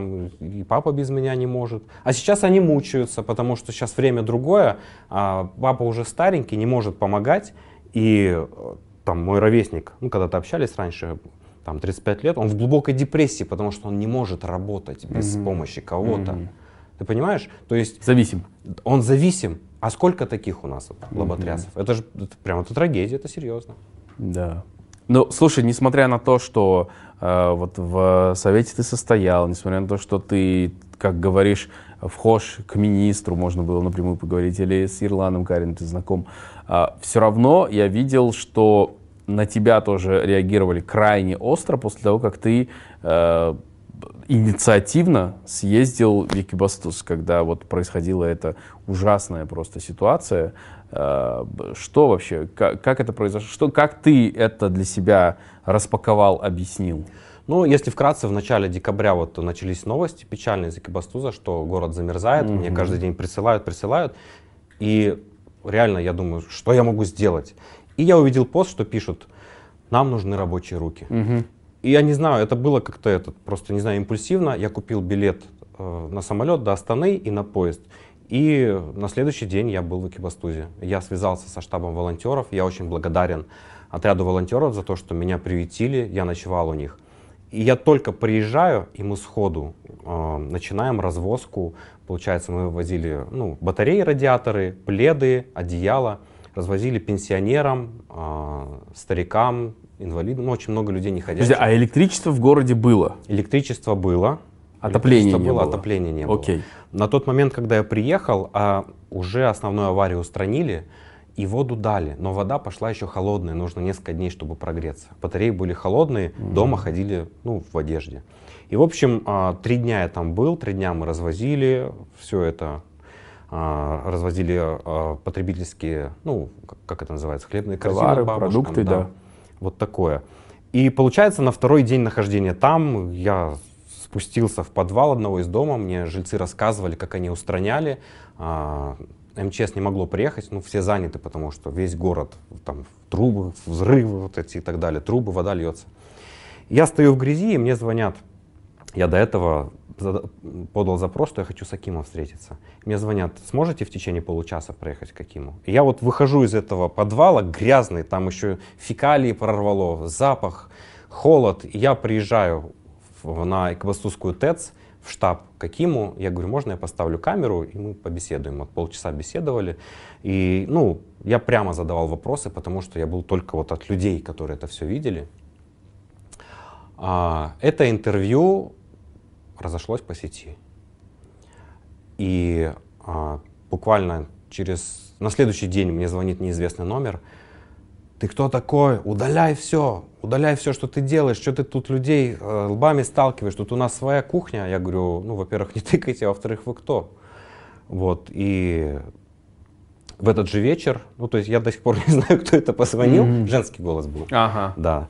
и папа без меня не может. А сейчас они мучаются, потому что сейчас время другое, а папа уже старенький, не может помогать. И там мой ровесник, когда-то общались раньше, там 35 лет, он в глубокой депрессии, потому что он не может работать без помощи кого-то. Ты понимаешь? То есть
зависим.
Он зависим. А сколько таких у нас лоботрясов? Это же прям трагедия, это серьезно.
Да. Ну, слушай, несмотря на то, что вот в Совете ты состоял, несмотря на то, что ты, как говоришь, вхож к министру, можно было напрямую поговорить, или с Ирланом Кариным ты знаком, все равно я видел, что на тебя тоже реагировали крайне остро после того, как ты инициативно съездил в Экибастуз, когда вот происходила эта ужасная просто ситуация. Что вообще, как это произошло, как ты это для себя распаковал, объяснил?
Ну, если вкратце, в начале декабря вот начались новости печальные из Экибастуза, что город замерзает, мне каждый день присылают, и реально я думаю, что я могу сделать? И я увидел пост, что пишут: нам нужны рабочие руки. И я не знаю, это было как-то просто, не знаю, импульсивно. Я купил билет на самолет до Астаны и на поезд. И на следующий день я был в Экибастузе. Я связался со штабом волонтеров. Я очень благодарен отряду волонтеров за то, что меня приютили. Я ночевал у них. И я только приезжаю, и мы сходу начинаем развозку. Получается, мы возили батареи, радиаторы, пледы, одеяла. Развозили пенсионерам, старикам, инвалидам. Очень много людей не ходящих.
Подожди, а электричество в городе было?
Электричество было.
Отопления не было?
Отопления не было.
Окей.
На тот момент, когда я приехал, уже основную аварию устранили и воду дали. Но вода пошла еще холодная, нужно несколько дней, чтобы прогреться. Батареи были холодные, дома ходили в одежде. И, в общем, 3 дня я там был, 3 дня мы развозили все это. Развозили потребительские, как это называется, хлебные корзины,
товары, продукты, да.
Вот такое. И получается, на второй день нахождения там я спустился в подвал одного из дома, мне жильцы рассказывали, как они устраняли. МЧС не могло приехать, все заняты, потому что весь город, там трубы, взрывы вот эти и так далее, трубы, вода льется. Я стою в грязи, и мне звонят. Я до этого подал запрос, что я хочу с Акимом встретиться. Мне звонят: сможете в течение получаса проехать к Акиму? И я вот выхожу из этого подвала, грязный, там еще фекалии прорвало, запах, холод. И я приезжаю на Экибастузскую ТЭЦ, в штаб к Акиму. Я говорю: можно я поставлю камеру, и мы побеседуем. Вот полчаса беседовали. И я прямо задавал вопросы, потому что я был только вот от людей, которые это все видели. Это интервью разошлось по сети. И буквально на следующий день мне звонит неизвестный номер. Ты кто такой? Удаляй все, что ты делаешь, что ты тут людей лбами сталкиваешь, тут у нас своя кухня. Я говорю: во-первых, не тыкайте, а во-вторых, вы кто? Вот, и в этот же вечер, ну то есть я до сих пор не знаю, кто это позвонил, женский голос был.
Ага.
Да.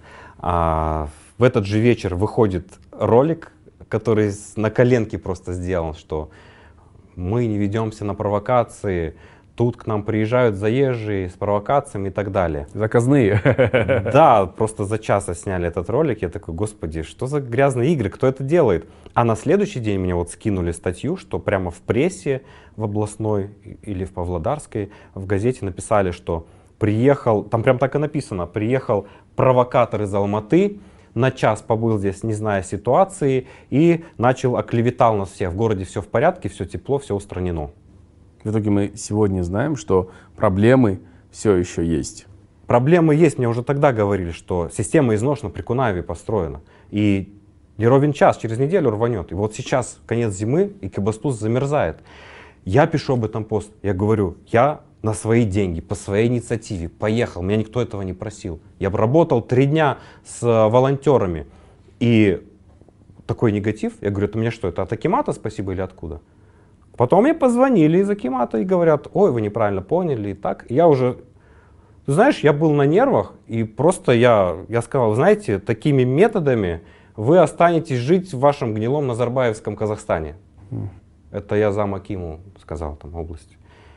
В этот же вечер выходит ролик, который на коленке просто сделан, что мы не ведемся на провокации, тут к нам приезжают заезжие с провокациями и так далее.
Заказные.
Да, просто за час сняли этот ролик. Я такой, господи, что за грязные игры, кто это делает? А на следующий день мне вот скинули статью, что прямо в прессе, в областной или в Павлодарской, в газете написали, что приехал, там прям так и написано, приехал провокатор из Алматы, на час побыл здесь, не зная ситуации, и оклеветал нас всех. В городе все в порядке, все тепло, все устранено.
В итоге мы сегодня знаем, что проблемы все еще есть.
Проблемы есть, мне уже тогда говорили, что система изношена, при Кунаеве построена. И не ровен час, через неделю рванет. И вот сейчас конец зимы, и Экибастуз замерзает. Я пишу об этом пост, я говорю, я на свои деньги, по своей инициативе поехал, меня никто этого не просил. Я работал 3 дня с волонтерами. И такой негатив, я говорю, это мне что, это от Акимата спасибо или откуда? Потом мне позвонили из Акимата и говорят, ой, вы неправильно поняли и так. Я уже, ты знаешь, я был на нервах, и просто я сказал, знаете, такими методами вы останетесь жить в вашем гнилом Назарбаевском Казахстане. Это я зам Акиму сказал там области.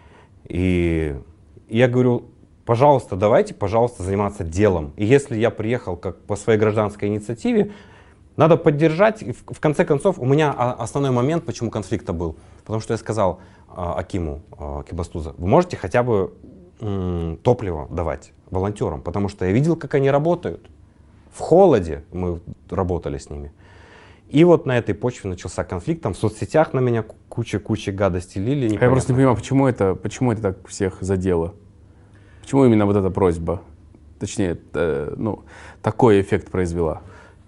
И я говорю, пожалуйста, давайте, пожалуйста, заниматься делом. И если я приехал как по своей гражданской инициативе, надо поддержать. И в конце концов, у меня основной момент, почему конфликта был. Потому что я сказал Акиму Экибастуза, вы можете хотя бы топливо давать волонтерам, потому что я видел, как они работают. В холоде мы работали с ними. И вот на этой почве начался конфликт. Там в соцсетях на меня куча гадостей лили.
Я просто не понимаю, почему это так всех задело? Почему именно вот эта просьба, точнее, такой эффект произвела?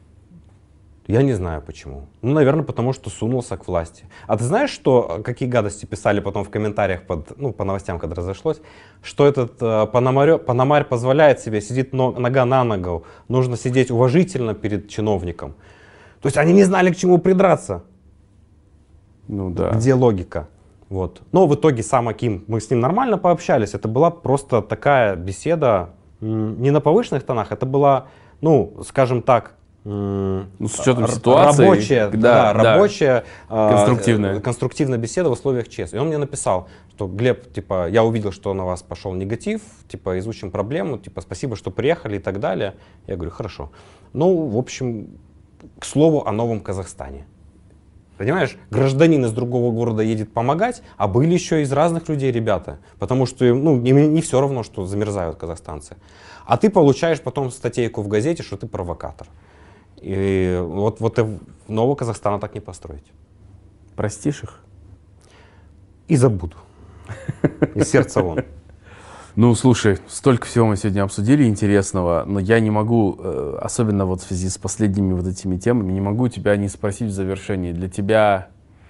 Я не знаю почему. Ну, наверное, потому что сунулся к власти. А ты знаешь, какие гадости писали потом в комментариях по новостям, когда разошлось? Что этот Пономарь позволяет себе, сидит нога на ногу, нужно сидеть уважительно перед чиновником. То есть они не знали, к чему придраться.
Ну да.
Где логика? Вот. Но в итоге сам Аким, мы с ним нормально пообщались. Это была просто такая беседа не на повышенных тонах, это была, скажем так,
с учетом ситуации,
рабочая,
конструктивная
беседа в условиях ЧС. И он мне написал, что Глеб, я увидел, что на вас пошел негатив, изучим проблему, спасибо, что приехали и так далее. Я говорю, хорошо. В общем, к слову о новом Казахстане. Понимаешь, гражданин из другого города едет помогать, а были еще из разных людей ребята, потому что им не все равно, что замерзают казахстанцы. А ты получаешь потом статейку в газете, что ты провокатор. И вот нового Казахстана так не построить.
Простишь их?
И забуду. Из сердца вон.
Слушай, столько всего мы сегодня обсудили интересного, но я не могу, особенно в связи с последними вот этими темами, не могу тебя не спросить в завершении. Для тебя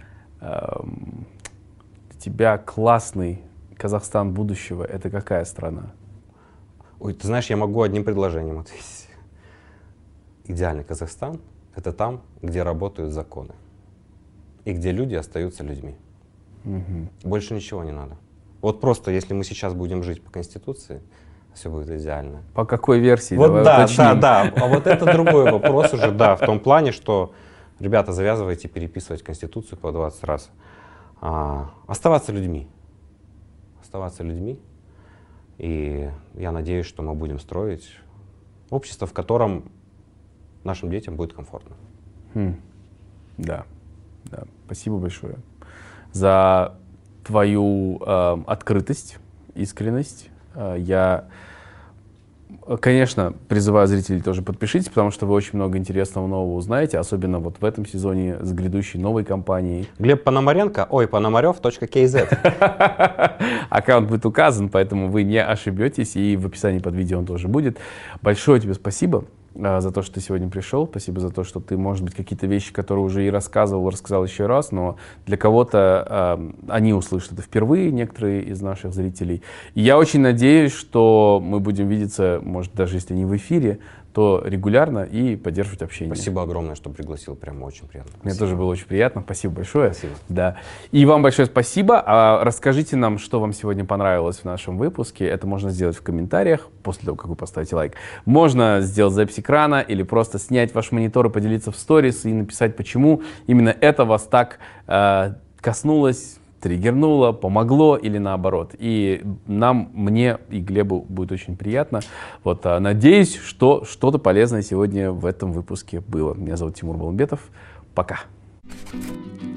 классный Казахстан будущего — это какая страна?
Ой, ты знаешь, я могу одним предложением ответить. Идеальный Казахстан — это там, где работают законы. И где люди остаются людьми. Больше ничего не надо. Вот просто, если мы сейчас будем жить по Конституции, все будет идеально.
По какой версии?
Вот да. А вот это другой вопрос уже, в том плане, что, ребята, завязывайте переписывать Конституцию по 20 раз. Оставаться людьми. Оставаться людьми. И я надеюсь, что мы будем строить общество, в котором нашим детям будет комфортно.
Да. Спасибо большое за твою открытость, искренность. Я, конечно, призываю зрителей тоже подпишитесь, потому что вы очень много интересного нового узнаете, особенно вот в этом сезоне с грядущей новой кампанией.
Глеб Пономаренко, Пономарев.kz.
Аккаунт будет указан, поэтому вы не ошибетесь, и в описании под видео он тоже будет. Большое тебе спасибо за то, что ты сегодня пришел. Спасибо за то, что ты, может быть, какие-то вещи, которые уже и рассказал еще раз, но для кого-то они услышат это впервые, некоторые из наших зрителей. И я очень надеюсь, что мы будем видеться, может, даже если не в эфире, то регулярно и поддерживать общение.
Спасибо огромное, что пригласил, прям очень приятно.
Мне тоже было очень приятно, спасибо большое.
Спасибо.
Да. И вам большое спасибо. Расскажите нам, что вам сегодня понравилось в нашем выпуске. Это можно сделать в комментариях после того, как вы поставите лайк. Можно сделать запись экрана или просто снять ваш монитор и поделиться в сторис и написать, почему именно это вас так коснулось, триггернуло, помогло или наоборот. И мне и Глебу будет очень приятно. Вот, надеюсь, что что-то полезное сегодня в этом выпуске было. Меня зовут Тимур Балымбетов. Пока.